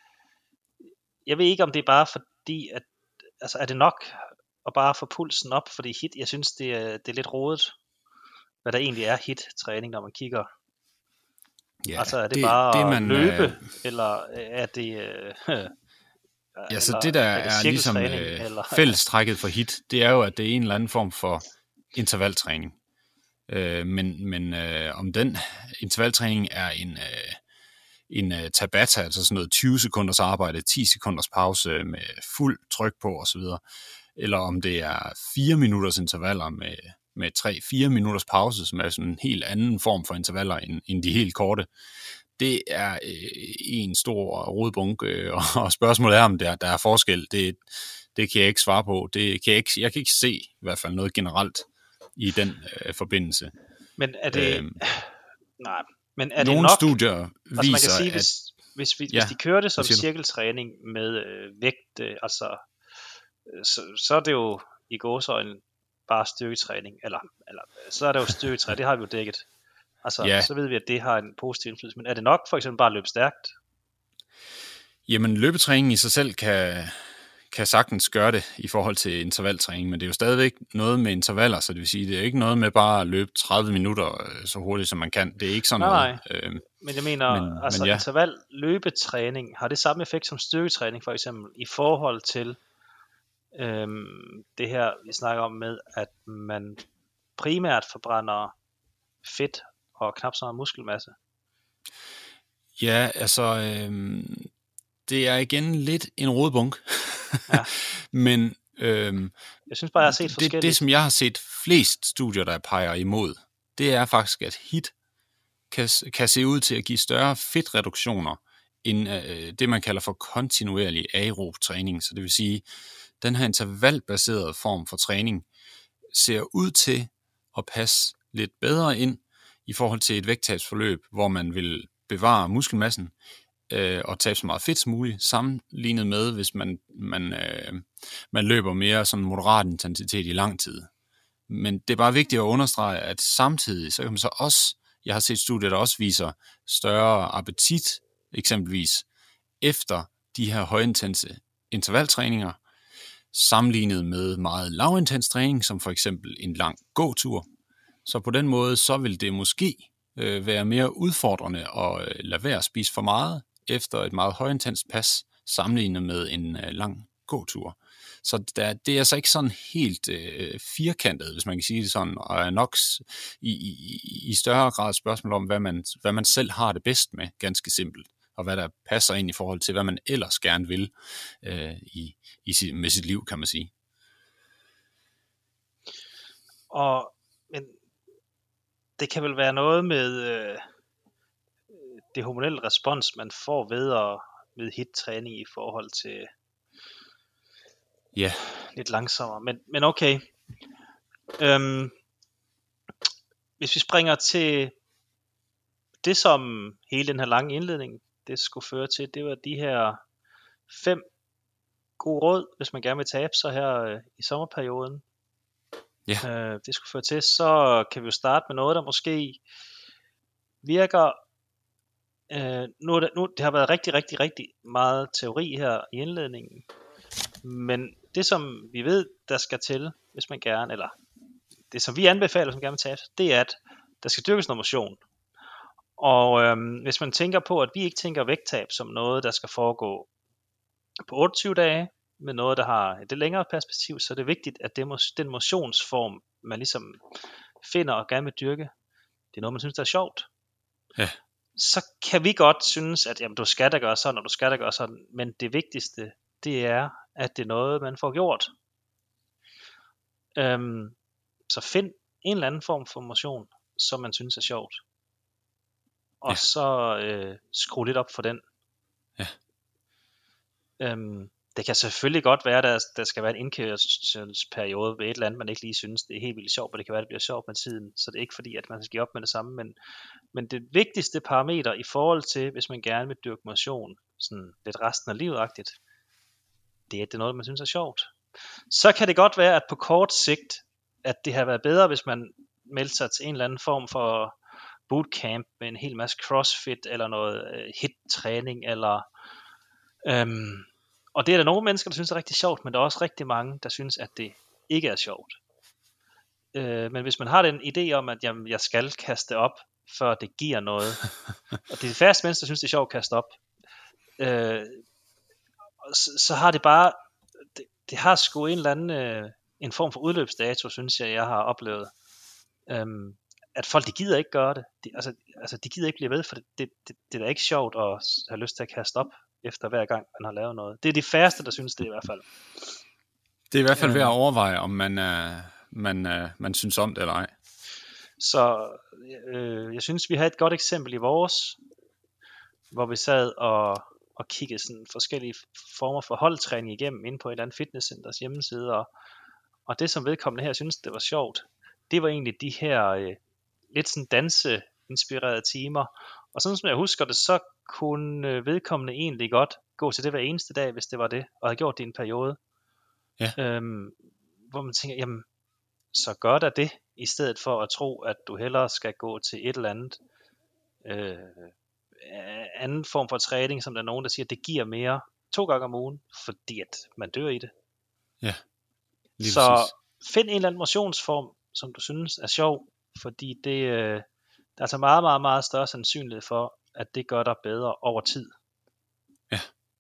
jeg ved ikke, om det er bare fordi, at, altså er det nok at bare få pulsen op, fordi hit, jeg synes, det er, det er lidt rodet, hvad der egentlig er hit-træning, når man kigger. Ja, altså er det, det bare det, man, at løbe, øh... eller er det... Øh, ja, så det der er, er ligesom øh, fællestrækket for hit, det er jo, at det er en eller anden form for intervaltræning. Øh, men men øh, om den intervaltræning er en, øh, en uh, Tabata, altså sådan noget tyve sekunders arbejde, ti sekunders pause med fuld tryk på osv., eller om det er fire minutters intervaller med, med tre fire minutters pause, som er sådan en helt anden form for intervaller end, end de helt korte. Det er øh, en stor rodebunke, og, og spørgsmålet er, om der, der er forskel. Det, det kan jeg ikke svare på. Det kan jeg, ikke, jeg kan ikke se i hvert fald noget generelt i den øh, forbindelse. Men er det... Øhm, nej, men er nogle det nok? studier viser, altså man kan sige, at... Hvis, hvis, vi, ja, hvis de kører det som cirkeltræning med øh, vægt, øh, altså, øh, så, så er det jo i gåseøjne bare styrketræning, eller, eller så er det jo styrketræning, det har vi jo dækket. Altså, ja. Så ved vi, at det har en positiv indflydelse. Men er det nok for eksempel bare at løbe stærkt? Jamen, løbetræning i sig selv kan, kan sagtens gøre det i forhold til intervaltræning, men det er jo stadigvæk noget med intervaller, så det vil sige, det er ikke noget med bare at løbe tredive minutter så hurtigt, som man kan. Det er ikke sådan nej, noget. Nej, øhm, men jeg mener, men, altså men ja. Interval løbetræning, har det samme effekt som styrketræning for eksempel, i forhold til øhm, det her, vi snakker om med, at man primært forbrænder fedt og knap så meget muskelmasse? Ja, altså, øhm, det er igen lidt en rodebunk. Ja. Men øhm, jeg synes bare, jeg har set forskellige. Det, det, som jeg har set flest studier, der peger imod, det er faktisk, at hit kan, kan se ud til at give større fedtreduktioner end øh, det, man kalder for kontinuerlig aerob træning. Så det vil sige, den her intervalbaserede form for træning ser ud til at passe lidt bedre ind i forhold til et vægttabsforløb, hvor man vil bevare muskelmassen øh, og tabe så meget fedt som muligt, sammenlignet med, hvis man, man, øh, man løber mere sådan moderat intensitet i lang tid. Men det er bare vigtigt at understrege, at samtidig, så kan man så også, jeg har set studier, der også viser større appetit, eksempelvis, efter de her højintense intervaltræninger, sammenlignet med meget lavintens træning, som for eksempel en lang gåtur. Så på den måde, så vil det måske øh, være mere udfordrende at øh, lade være at spise for meget efter et meget højintens pas, sammenlignet med en øh, lang gåtur. Så der, det er altså ikke sådan helt øh, firkantet, hvis man kan sige det sådan, og er nok i, i, i større grad et spørgsmål om, hvad man, hvad man selv har det bedst med, ganske simpelt, og hvad der passer ind i forhold til, hvad man ellers gerne vil øh, i, i sit, med sit liv, kan man sige. Og men det kan vel være noget med øh, det hormonelle respons, man får ved at ved hit-træning i forhold til Ja. lidt langsommere. Men, men okay. Øhm, hvis vi springer til det, som hele den her lange indledning, det skulle føre til, det var de her fem gode råd, hvis man gerne vil tabe sig her øh, i sommerperioden. Ja. Øh, det skulle føre til, så kan vi jo starte med noget, der måske virker. Øh, nu, nu det har været rigtig, rigtig, rigtig meget teori her i indledningen, men det som vi ved, der skal til, hvis man gerne, eller det som vi anbefaler, hvis man gerne vil tabe, det er, at der skal dyrkes noget motion. Og øhm, hvis man tænker på, at vi ikke tænker vægttab som noget, der skal foregå på otteogtyve dage, med noget, der har et lidt længere perspektiv, så er det vigtigt, at det, den motionsform, man ligesom finder og gerne vil dyrke, det er noget, man synes, der er sjovt. Ja. Så kan vi godt synes, at jamen, du skal da gøre sådan, og du skal da gøre sådan, men det vigtigste, det er, at det er noget, man får gjort. Øhm, så find en eller anden form for motion, som man synes er sjovt. Og ja. så øh, skru lidt op for den. Ja. Øhm, det kan selvfølgelig godt være, at der, der skal være en indkørselsperiode ved et eller andet, man ikke lige synes, det er helt vildt sjovt, men det kan være, at det bliver sjovt med tiden. Så det er ikke fordi, at man skal give op med det samme. Men, men det vigtigste parameter i forhold til, hvis man gerne vil dyrke motion, sådan lidt resten af livet-agtigt, det er, at det er noget, man synes er sjovt. Så kan det godt være, at på kort sigt, at det har været bedre, hvis man meldte sig til en eller anden form for bootcamp med en hel masse crossfit, eller noget hit-træning, eller øhm, og det er der nogle mennesker, der synes er rigtig sjovt, men der er også rigtig mange, der synes, at det ikke er sjovt. Øh, men hvis man har den idé om, at jamen, jeg skal kaste op, før det giver noget, og det er de færreste mennesker, der synes, det er sjovt at kaste op, øh, så, så har det bare, det, det har sgu en eller anden, øh, en form for udløbsdato, synes jeg, jeg har oplevet. Øhm, at folk, de gider ikke gøre det. De, altså, altså, de gider ikke blive ved, for det, det, det, det er da ikke sjovt at have lyst til at kaste op efter hver gang, man har lavet noget. Det er de færreste, der synes det i hvert fald. Det er i hvert fald ved at overveje, om man, uh, man, uh, man synes om det eller ej. Så øh, jeg synes, vi har et godt eksempel i vores, hvor vi sad og, og kiggede sådan forskellige former for holdtræning igennem inde på et eller andet fitnesscenters hjemmeside, og, og det som vedkommende her synes, det var sjovt, det var egentlig de her øh, lidt sådan danseinspirerede timer. Og sådan som jeg husker det, så kunne vedkommende egentlig godt gå til det hver eneste dag, hvis det var det, og havde gjort det i en periode. Ja. Øhm, hvor man tænker, jamen, så gør der det, i stedet for at tro, at du hellere skal gå til et eller andet øh, anden form for træning, som der er nogen, der siger, at det giver mere to gange om ugen, fordi at man dør i det. Ja. Lige så præcis. Find en eller anden motionsform, som du synes er sjov, fordi det øh, der er altså meget, meget, meget større sandsynlighed for, at det gør dig bedre over tid. Ja.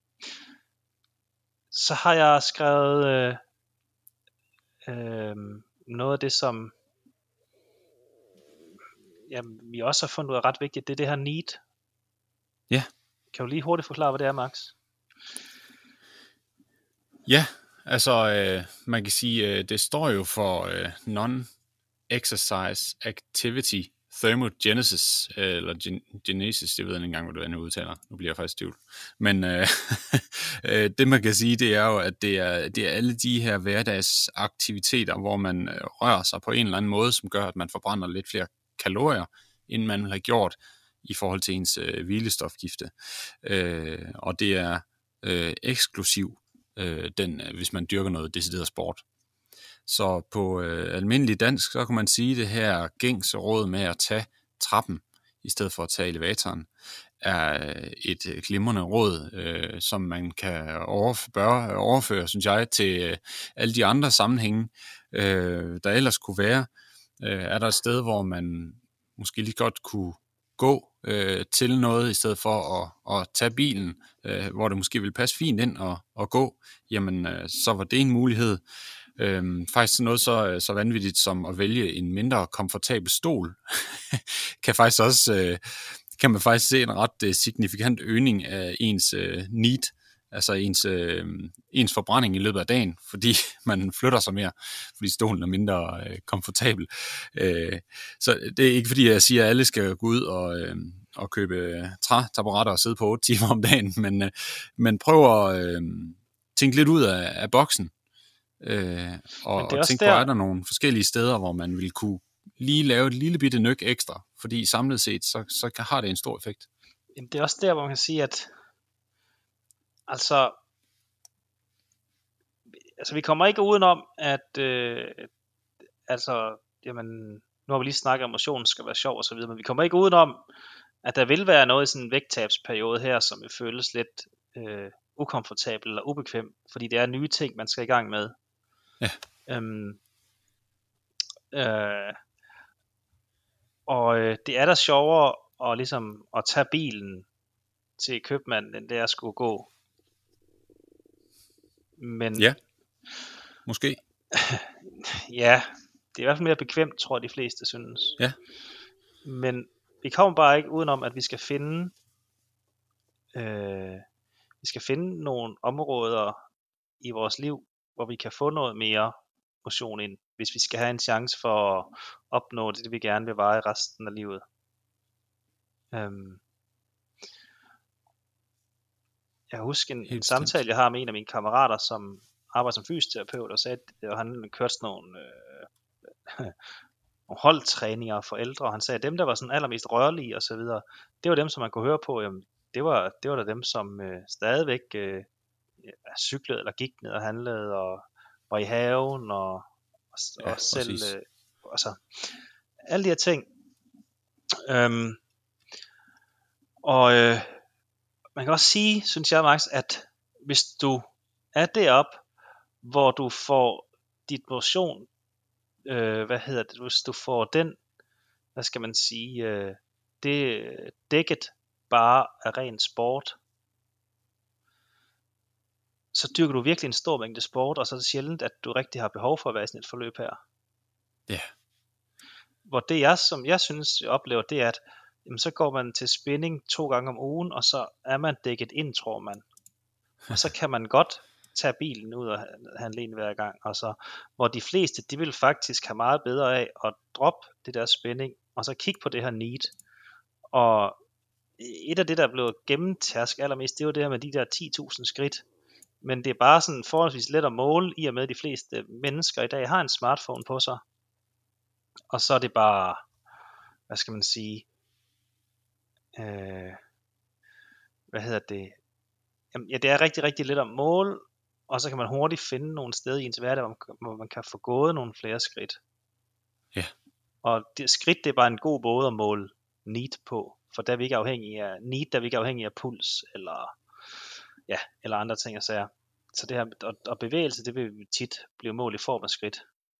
Så har jeg skrevet øh, øh, noget af det, som jamen, vi også har fundet ud af ret vigtigt, det er det her need. Ja. Kan du lige hurtigt forklare, hvad det er, Max? Ja, altså øh, man kan sige, øh, det står jo for øh, non-exercise activity thermogenesis, øh, eller gen- genesis, det ved jeg ikke engang, hvad du udtaler. Nu bliver jeg faktisk tvivl. Men øh, øh, det man kan sige, det er jo, at det er, det er alle de her hverdagsaktiviteter, hvor man øh, rører sig på en eller anden måde, som gør, at man forbrænder lidt flere kalorier, end man har gjort i forhold til ens øh, hvilestofgifte. Øh, og det er øh, eksklusiv øh, den, hvis man dyrker noget decideret sport. Så på øh, almindelig dansk, så kan man sige, det her gængse råd med at tage trappen, i stedet for at tage elevatoren, er et glimrende råd, øh, som man kan overføre, overføre, synes jeg, til øh, alle de andre sammenhænge, øh, der ellers kunne være. Øh, er der et sted, hvor man måske lige godt kunne gå øh, til noget, i stedet for at, at tage bilen, øh, hvor det måske ville passe fint ind og, og gå, jamen øh, så var det en mulighed. Øhm, faktisk noget så, så vanvittigt som at vælge en mindre komfortabel stol, kan faktisk også øh, kan man faktisk se en ret øh, signifikant øgning af ens øh, need. altså ens, øh, ens forbrænding i løbet af dagen, fordi man flytter sig mere, fordi stolen er mindre øh, komfortabel. Øh, så det er ikke fordi, jeg siger, at alle skal gå ud og, øh, og købe trætaburetter og sidde på otte timer om dagen, men, øh, men prøv at øh, tænke lidt ud af, af boksen, øh, og, og tænke der... på, er der nogle forskellige steder, hvor man vil kunne lige lave et lille bitte nøk ekstra, fordi samlet set, så, så har det en stor effekt. Jamen, det er også der, hvor man kan sige, at altså, altså vi kommer ikke udenom, at øh, altså, jamen, nu har vi lige snakket om, at motionen skal være sjov og så videre, men vi kommer ikke udenom, at der vil være noget i sådan en vægttabsperiode her, som vil føles lidt øh, ukomfortabel eller ubekvem, fordi det er nye ting, man skal i gang med. Ja. Øhm, øh, og øh, det er da sjovere at, ligesom, at tage bilen til købmanden, end det er at skulle gå. Men ja, måske. Ja, det er i hvert fald mere bekvemt, tror jeg, de fleste synes. Ja. Men vi kommer bare ikke udenom, at vi skal finde øh, vi skal finde nogle områder i vores liv, hvor vi kan få noget mere motion ind, hvis vi skal have en chance for at opnå det, vi gerne vil være i resten af livet. Øhm. Jeg husker en, en samtale, jeg har med en af mine kammerater, som arbejder som fysioterapeut, og sagde, at han kørte sådan nogle, øh, nogle holdtræninger for ældre, og han sagde, at dem, der var sådan allermest rørlige og så videre, det var dem, som man kunne høre på, jamen, det var, det var da dem, som øh, stadigvæk øh, cyklede eller gik ned og handlede, og var i haven, og, og, ja, og selv, øh, altså, alle de her ting. Øhm, og øh, man kan også sige, synes jeg, Max, at hvis du er deroppe, hvor du får dit motion, øh, hvad hedder det, hvis du får den, hvad skal man sige, øh, det dækket bare af ren sport, så dyrker du virkelig en stor mængde sport, og så er det sjældent, at du rigtig har behov for at være i sådan et forløb her. Ja. Yeah. Hvor det jeg, som jeg synes, jeg oplever, det er, at jamen, så går man til spinning to gange om ugen, og så er man dækket ind, tror man. Og så kan man godt tage bilen ud og handle en hver gang. Og så, hvor de fleste, de vil faktisk have meget bedre af at droppe det der spinning, og så kigge på det her need. Og et af det, der er blevet gennemtærsk allermest, det er jo det her med de der ti tusind skridt. Men det er bare sådan forholdsvis let at måle, i og med de fleste mennesker i dag har en smartphone på sig. Og så er det bare, hvad skal man sige, øh, hvad hedder det, jamen, ja, det er rigtig, rigtig let at måle, og så kan man hurtigt finde nogle steder i ens hverdag, hvor man kan få gået nogle flere skridt. Ja. Og det, skridt, det er bare en god måde at måle need på, for der er vi ikke afhængige af need, der er vi ikke afhængige af puls, eller, ja, eller andre ting og sager. Så det her, og, og bevægelse, det vil tit blive målt i form af skridt.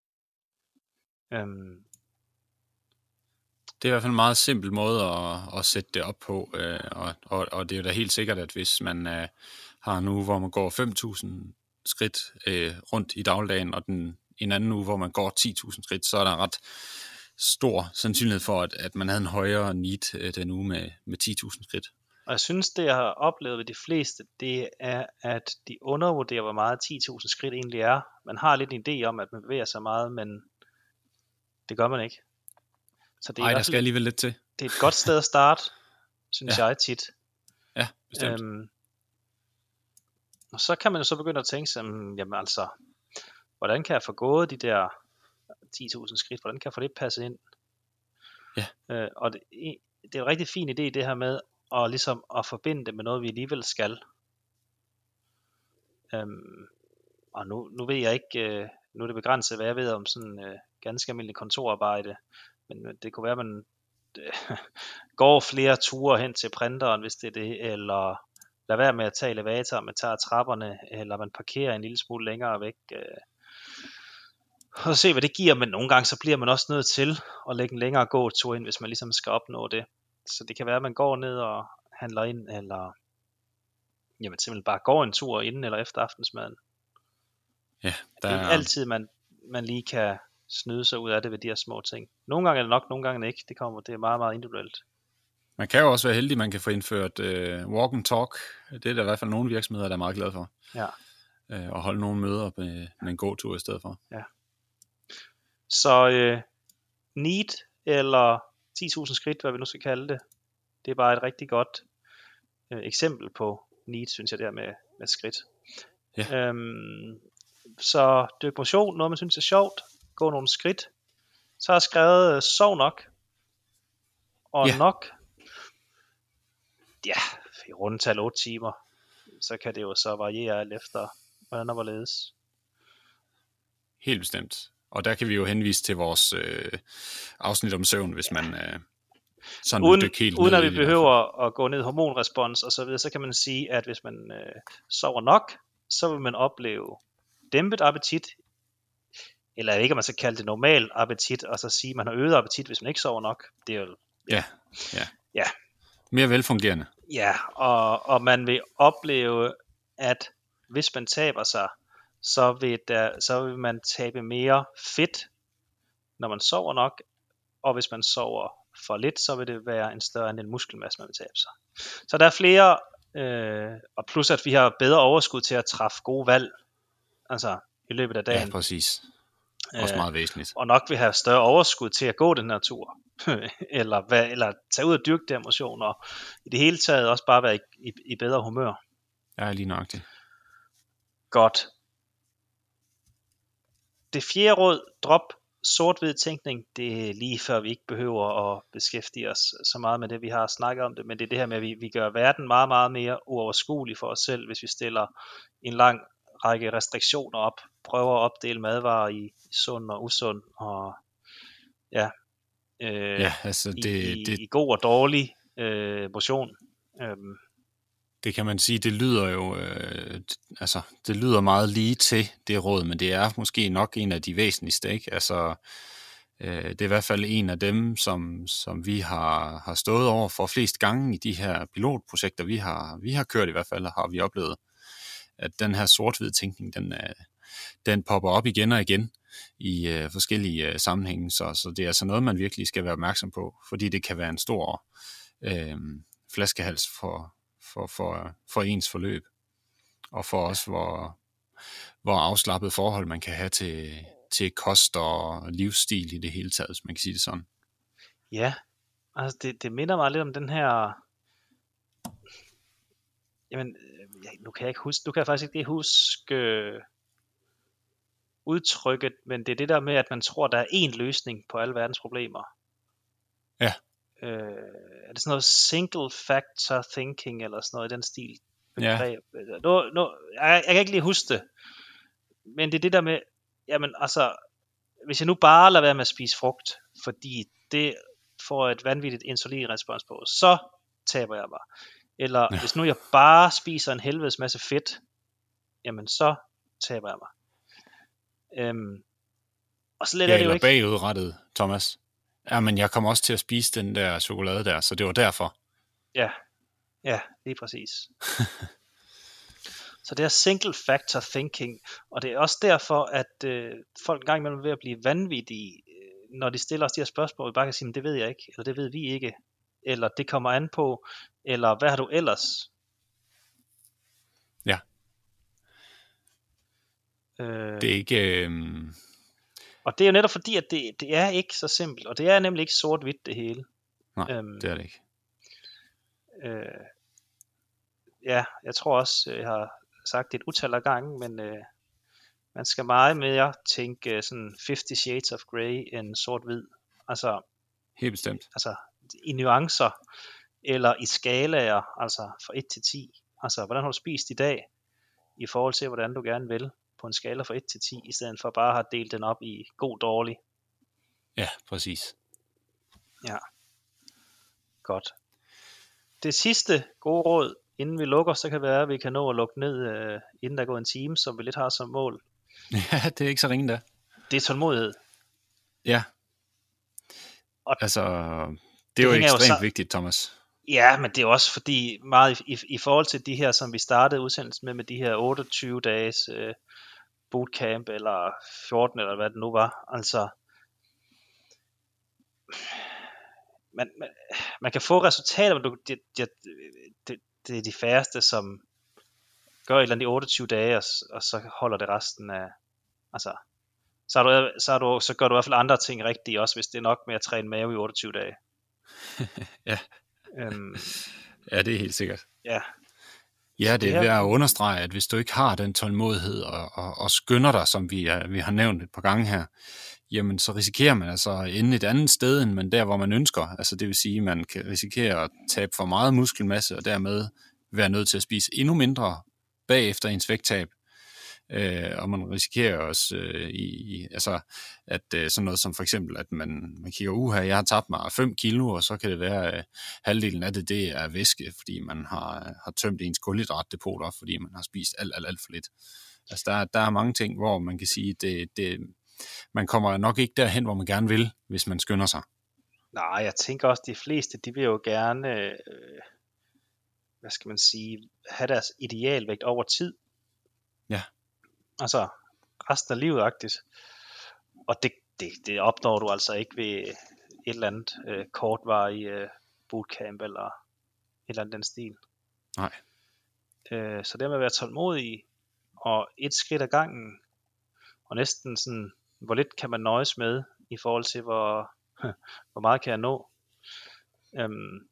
Øhm. Det er i hvert fald en meget simpel måde at, at sætte det op på, øh, og, og, og det er jo da helt sikkert, at hvis man øh, har en uge, hvor man går fem tusind skridt øh, rundt i dagligdagen, og den, en anden uge, hvor man går ti tusind skridt, så er der ret stor sandsynlighed for, at, at man havde en højere need øh, den uge med, med ti tusind skridt. Og jeg synes, det jeg har oplevet ved de fleste, det er, at de undervurderer, hvor meget ti tusind skridt egentlig er. Man har lidt en idé om, at man bevæger sig meget, men det gør man ikke. Så det er Ej, der skal alligevel lidt til. Det er et godt sted at starte, synes ja. jeg tit. Ja, bestemt. Øhm, og så kan man jo så begynde at tænke sig, jamen altså, hvordan kan jeg få gået de der ti tusind skridt? Hvordan kan jeg få det passet ind? Ja. Øh, og det, det er en rigtig fin idé, det her med at, ligesom at forbinde det med noget, vi alligevel skal. Øhm, og nu, nu ved jeg ikke, øh, nu er det begrænset, hvad jeg ved om sådan øh, ganske almindelig kontorarbejde, men det kunne være, at man øh, går flere ture hen til printeren, hvis det er det, eller lad være med at tage elevator, man tager trapperne, eller man parkerer en lille smule længere væk. Øh, og se, hvad det giver, men nogle gange så bliver man også nødt til at lægge en længere gåtur ind, hvis man ligesom skal opnå det. Så det kan være, at man går ned og handler ind, eller jamen simpelthen bare går en tur inden eller efter aftensmaden. Ja, der... Det er ikke altid, man, man lige kan snyde sig ud af det ved de her små ting. Nogle gange er det nok, nogle gange er det ikke. Det, kommer, det er meget, meget individuelt. Man kan jo også være heldig, man kan få indført øh, walk and talk. Det er der i hvert fald nogle virksomheder, der er meget glade for. Ja. Øh, og holde nogle møder med, med en gåtur i stedet for. Ja. Så øh, neat eller ti tusind skridt, hvad vi nu skal kalde det, det er bare et rigtig godt øh, eksempel på neat, synes jeg, der med, med skridt. Ja. Øhm, så dyk motion, noget man synes er sjovt, gå nogle skridt. Så har jeg skrevet øh, sov nok. Og Ja. nok, ja, i rundetal otte timer. Så kan det jo så variere alt efter, hvordan og hvorledes. Helt bestemt. Og der kan vi jo henvise til vores øh, afsnit om søvn, hvis man øh, sådan uden, vil dykke helt uden ned at i vi det. behøver at gå ned i hormonrespons og så videre, så kan man sige, at hvis man øh, sover nok, så vil man opleve dæmpet appetit, eller ikke, om man skal kalde det normal appetit, og så sige, at man har øget appetit, hvis man ikke sover nok. Det er jo, Ja, ja. ja. Mere velfungerende. Ja, og, og man vil opleve, at hvis man taber sig, så vil, der, så vil man tabe mere fedt, når man sover nok, og hvis man sover for lidt, så vil det være en større andel muskelmasse, man vil tabe sig. Så der er flere, øh, og plus at vi har bedre overskud til at træffe gode valg, altså i løbet af dagen. Ja, præcis. Også meget væsentligt. Og nok vil have større overskud til at gå den her tur, eller, hvad, eller tage ud og dyrke der motion, og i det hele taget også bare være i, i, i bedre humør. Ja, lige nøjagtigt. Godt. Det fjerde råd, drop sort-hvid tænkning. Det er lige før vi ikke behøver at beskæftige os så meget med det, vi har snakket om det, men det er det her med, at vi, vi gør verden meget, meget mere uoverskuelig for os selv, hvis vi stiller en lang række restriktioner op, prøver at opdele madvarer i, i sund og usund, og ja, øh, ja altså det, i, det, i god og dårlig øh, motion. Øhm. Det kan man sige, det lyder jo, øh, altså det lyder meget lige til det råd, men det er måske nok en af de væsentligste, ikke? Altså øh, det er i hvert fald en af dem, som, som vi har, har stået over for flest gange i de her pilotprojekter, vi har, vi har kørt i hvert fald, har vi oplevet, at den her sort-hvid tænkning, den, øh, den popper op igen og igen i øh, forskellige øh, sammenhænge, så, så det er altså noget, man virkelig skal være opmærksom på, fordi det kan være en stor øh, flaskehals for For, for, for ens forløb, og for os, hvor, hvor afslappet forhold man kan have til, til kost og livsstil i det hele taget, hvis man kan sige det sådan. Ja, altså det, det minder mig lidt om den her, jamen, nu kan jeg ikke huske, du kan jeg faktisk ikke huske øh, udtrykket, men det er det der med, at man tror, der er én løsning på alle verdens problemer. Ja. Øh, er det sådan noget single factor thinking, eller sådan noget i den stil? Begreb. Ja. Nu, nu, jeg, jeg kan ikke lige huske det, men det er det der med, jamen altså, hvis jeg nu bare lader være med at spise frugt, fordi det får et vanvittigt insulinrespons på, så taber jeg mig. Eller ja. Hvis nu jeg bare spiser en helvedes masse fedt, jamen så taber jeg mig. Øhm, og så lidt ja, er det jo eller ikke bagudrettet, Thomas. Ja, men jeg kom også til at spise den der chokolade der, så det var derfor. Ja, ja, lige præcis. Så det er single factor thinking, og det er også derfor, at øh, folk engang imellem er ved at blive vanvittige, øh, når de stiller os de her spørgsmål, vi bare kan sige, det ved jeg ikke, eller det ved vi ikke, eller det kommer an på, eller hvad har du ellers? Ja. Øh, det er ikke... Øh... Og det er jo netop fordi, at det, det er ikke så simpelt, og det er nemlig ikke sort-hvidt det hele. Nej, øhm, det er det ikke. Øh, ja, jeg tror også, jeg har sagt det et utal af gange, men øh, man skal meget mere tænke sådan Fifty Shades of Grey end sort-hvid. Altså, helt bestemt. Altså i nuancer, eller i skalaer, altså fra et til ti. Altså, hvordan har du spist i dag, i forhold til, hvordan du gerne vil, på en skala fra et til ti, i stedet for bare at have delt den op i god, dårlig. Ja, præcis. Ja, godt. Det sidste gode råd, inden vi lukker, så kan det være, at vi kan nå at lukke ned, øh, inden der går en time, som vi lidt har som mål. Ja, det er ikke så ringe da. Det er tålmodighed. Ja. Og altså, det, det er jo ekstremt jo så... vigtigt, Thomas. Ja, men det er også fordi, meget i, i, i forhold til de her, som vi startede udsendelsen med, med de her otteogtyve dages øh, bootcamp, eller fjorten, eller hvad det nu var, altså, man, man, man kan få resultater, men du, det, det, det, det er de færreste, som gør et eller andet i otteogtyve dage, og, og så holder det resten af, altså, så, er du, så, er du, så gør du i hvert fald andre ting rigtigt også, hvis det er nok med at træne mave i otteogtyve dage. ja. Øhm, ja, det er helt sikkert. Ja. Ja, det er ved at understrege, at hvis du ikke har den tålmodighed og, og, og skynder dig, som vi, er, vi har nævnt et par gange her, jamen så risikerer man altså at ende et andet sted, end man der, hvor man ønsker. Altså det vil sige, at man kan risikere at tabe for meget muskelmasse, og dermed være nødt til at spise endnu mindre bagefter ens vægttab. Øh, og man risikerer også øh, i, altså, at øh, sådan noget som for eksempel, at man, man kigger, uha, jeg har tabt mig fem kilo, og så kan det være, at øh, halvdelen af det, det er væske, fordi man har, har tømt ens kulhydratdepoter, fordi man har spist alt, alt, alt for lidt. Altså der, der er mange ting, hvor man kan sige, det, det, man kommer nok ikke derhen, hvor man gerne vil, hvis man skynder sig. Nej, jeg tænker også, de fleste, de vil jo gerne, øh, hvad skal man sige, have deres idealvægt over tid. Ja. Altså resten af livet-agtigt. Og det, det, det opnår du altså ikke ved et eller andet øh, kortvarig øh, bootcamp eller et eller andet den stil. Nej. Øh, så det med at være tålmodig og et skridt ad gangen, og næsten sådan, hvor lidt kan man nøjes med i forhold til hvor, hvor meget kan jeg nå. Øhm,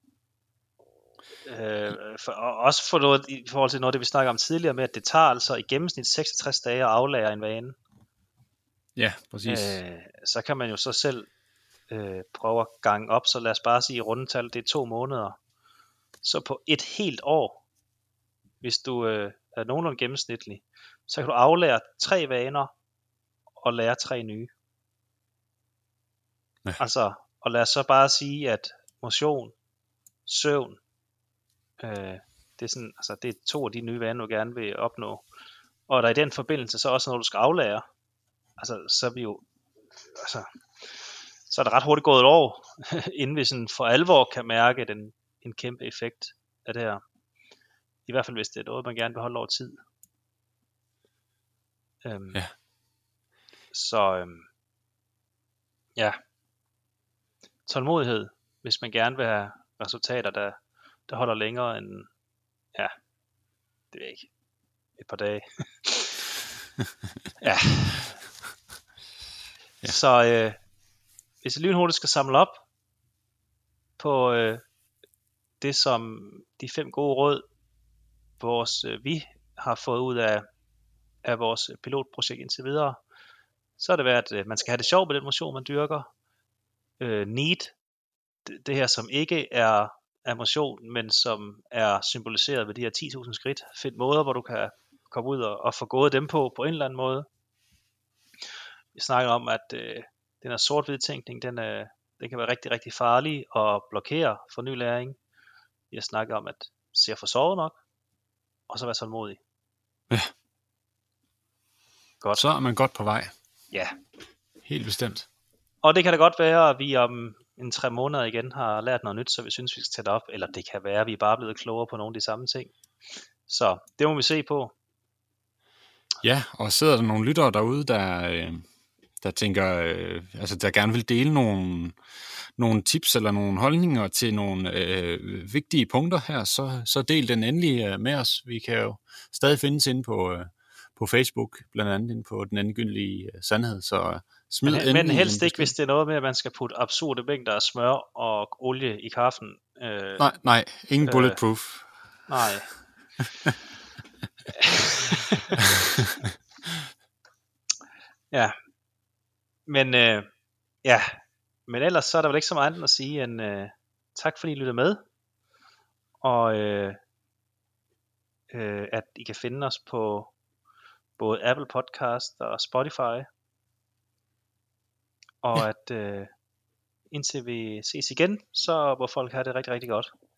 øh, for, og også for noget, i forhold til noget det vi snakker om tidligere med, at det tager altså i gennemsnit seksogtres dage at aflære en vane. Ja, præcis. Øh, så kan man jo så selv øh, prøve at gange op, så lad os bare sige i rundetal, det er to måneder. Så på et helt år, hvis du øh, er nogenlunde gennemsnitlig, så kan du aflære tre vaner og lære tre nye. Ja. Altså, og lad os så bare sige, at motion, søvn, øh, det er sådan, altså det er to af de nye vaner, du gerne vil opnå. Og der i den forbindelse så også noget, du skal aflære. Altså, så er vi jo, altså, så er det ret hurtigt gået et år, inden vi sådan for alvor kan mærke den, en kæmpe effekt af det her. I hvert fald, hvis det er noget, man gerne vil holde over tid. Øhm, ja. Så, øhm, ja. Tålmodighed, hvis man gerne vil have resultater, der, der holder længere end, ja, det ved jeg ikke, et par dage. ja. ja. Så øh, hvis jeg lynhurtigt skal samle op på øh, det, som de fem gode råd, vores, øh, vi har fået ud af, af vores pilotprojekt indtil videre, så er det været, at øh, man skal have det sjovt med den motion, man dyrker. Øh, need, det, det her som ikke er, er motion, men som er symboliseret ved de her ti tusind skridt. Find måder, hvor du kan komme ud og, og få gået dem på, på en eller anden måde. Vi snakker om, at øh, den her sort-hvid tænkning, den, øh, den kan være rigtig, rigtig farlig og blokere for ny læring. Vi har snakket om, at se at få sovet nok, og så være tålmodig. Ja. Godt. Så er man godt på vej. Ja. Helt bestemt. Og det kan da godt være, at vi om en tre måneder igen har lært noget nyt, så vi synes, vi skal tage det op. Eller det kan være, at vi er bare blevet klogere på nogle af de samme ting. Så det må vi se på. Ja, og sidder der nogle lyttere derude, der, øh, der tænker, øh, altså der gerne vil dele nogle, nogle tips eller nogle holdninger til nogle øh, vigtige punkter her, så, så del den endelig øh, med os. Vi kan jo stadig findes inde på, øh, på Facebook, blandt andet inde på Den Endegyldige Sandhed, så smid men, men helst ikke, hvis det er noget med, at man skal putte absurde mængder af smør og olie i kaffen. Øh, nej, nej, ingen øh, bulletproof. Nej. ja. Men øh, ja, men ellers så er der vel ikke så meget andet at sige end øh, tak fordi I lytter med. Og øh, øh, at I kan finde os på både Apple Podcast og Spotify. Og ja. at øh, indtil vi ses igen, så må folk have det rigtig, rigtig godt.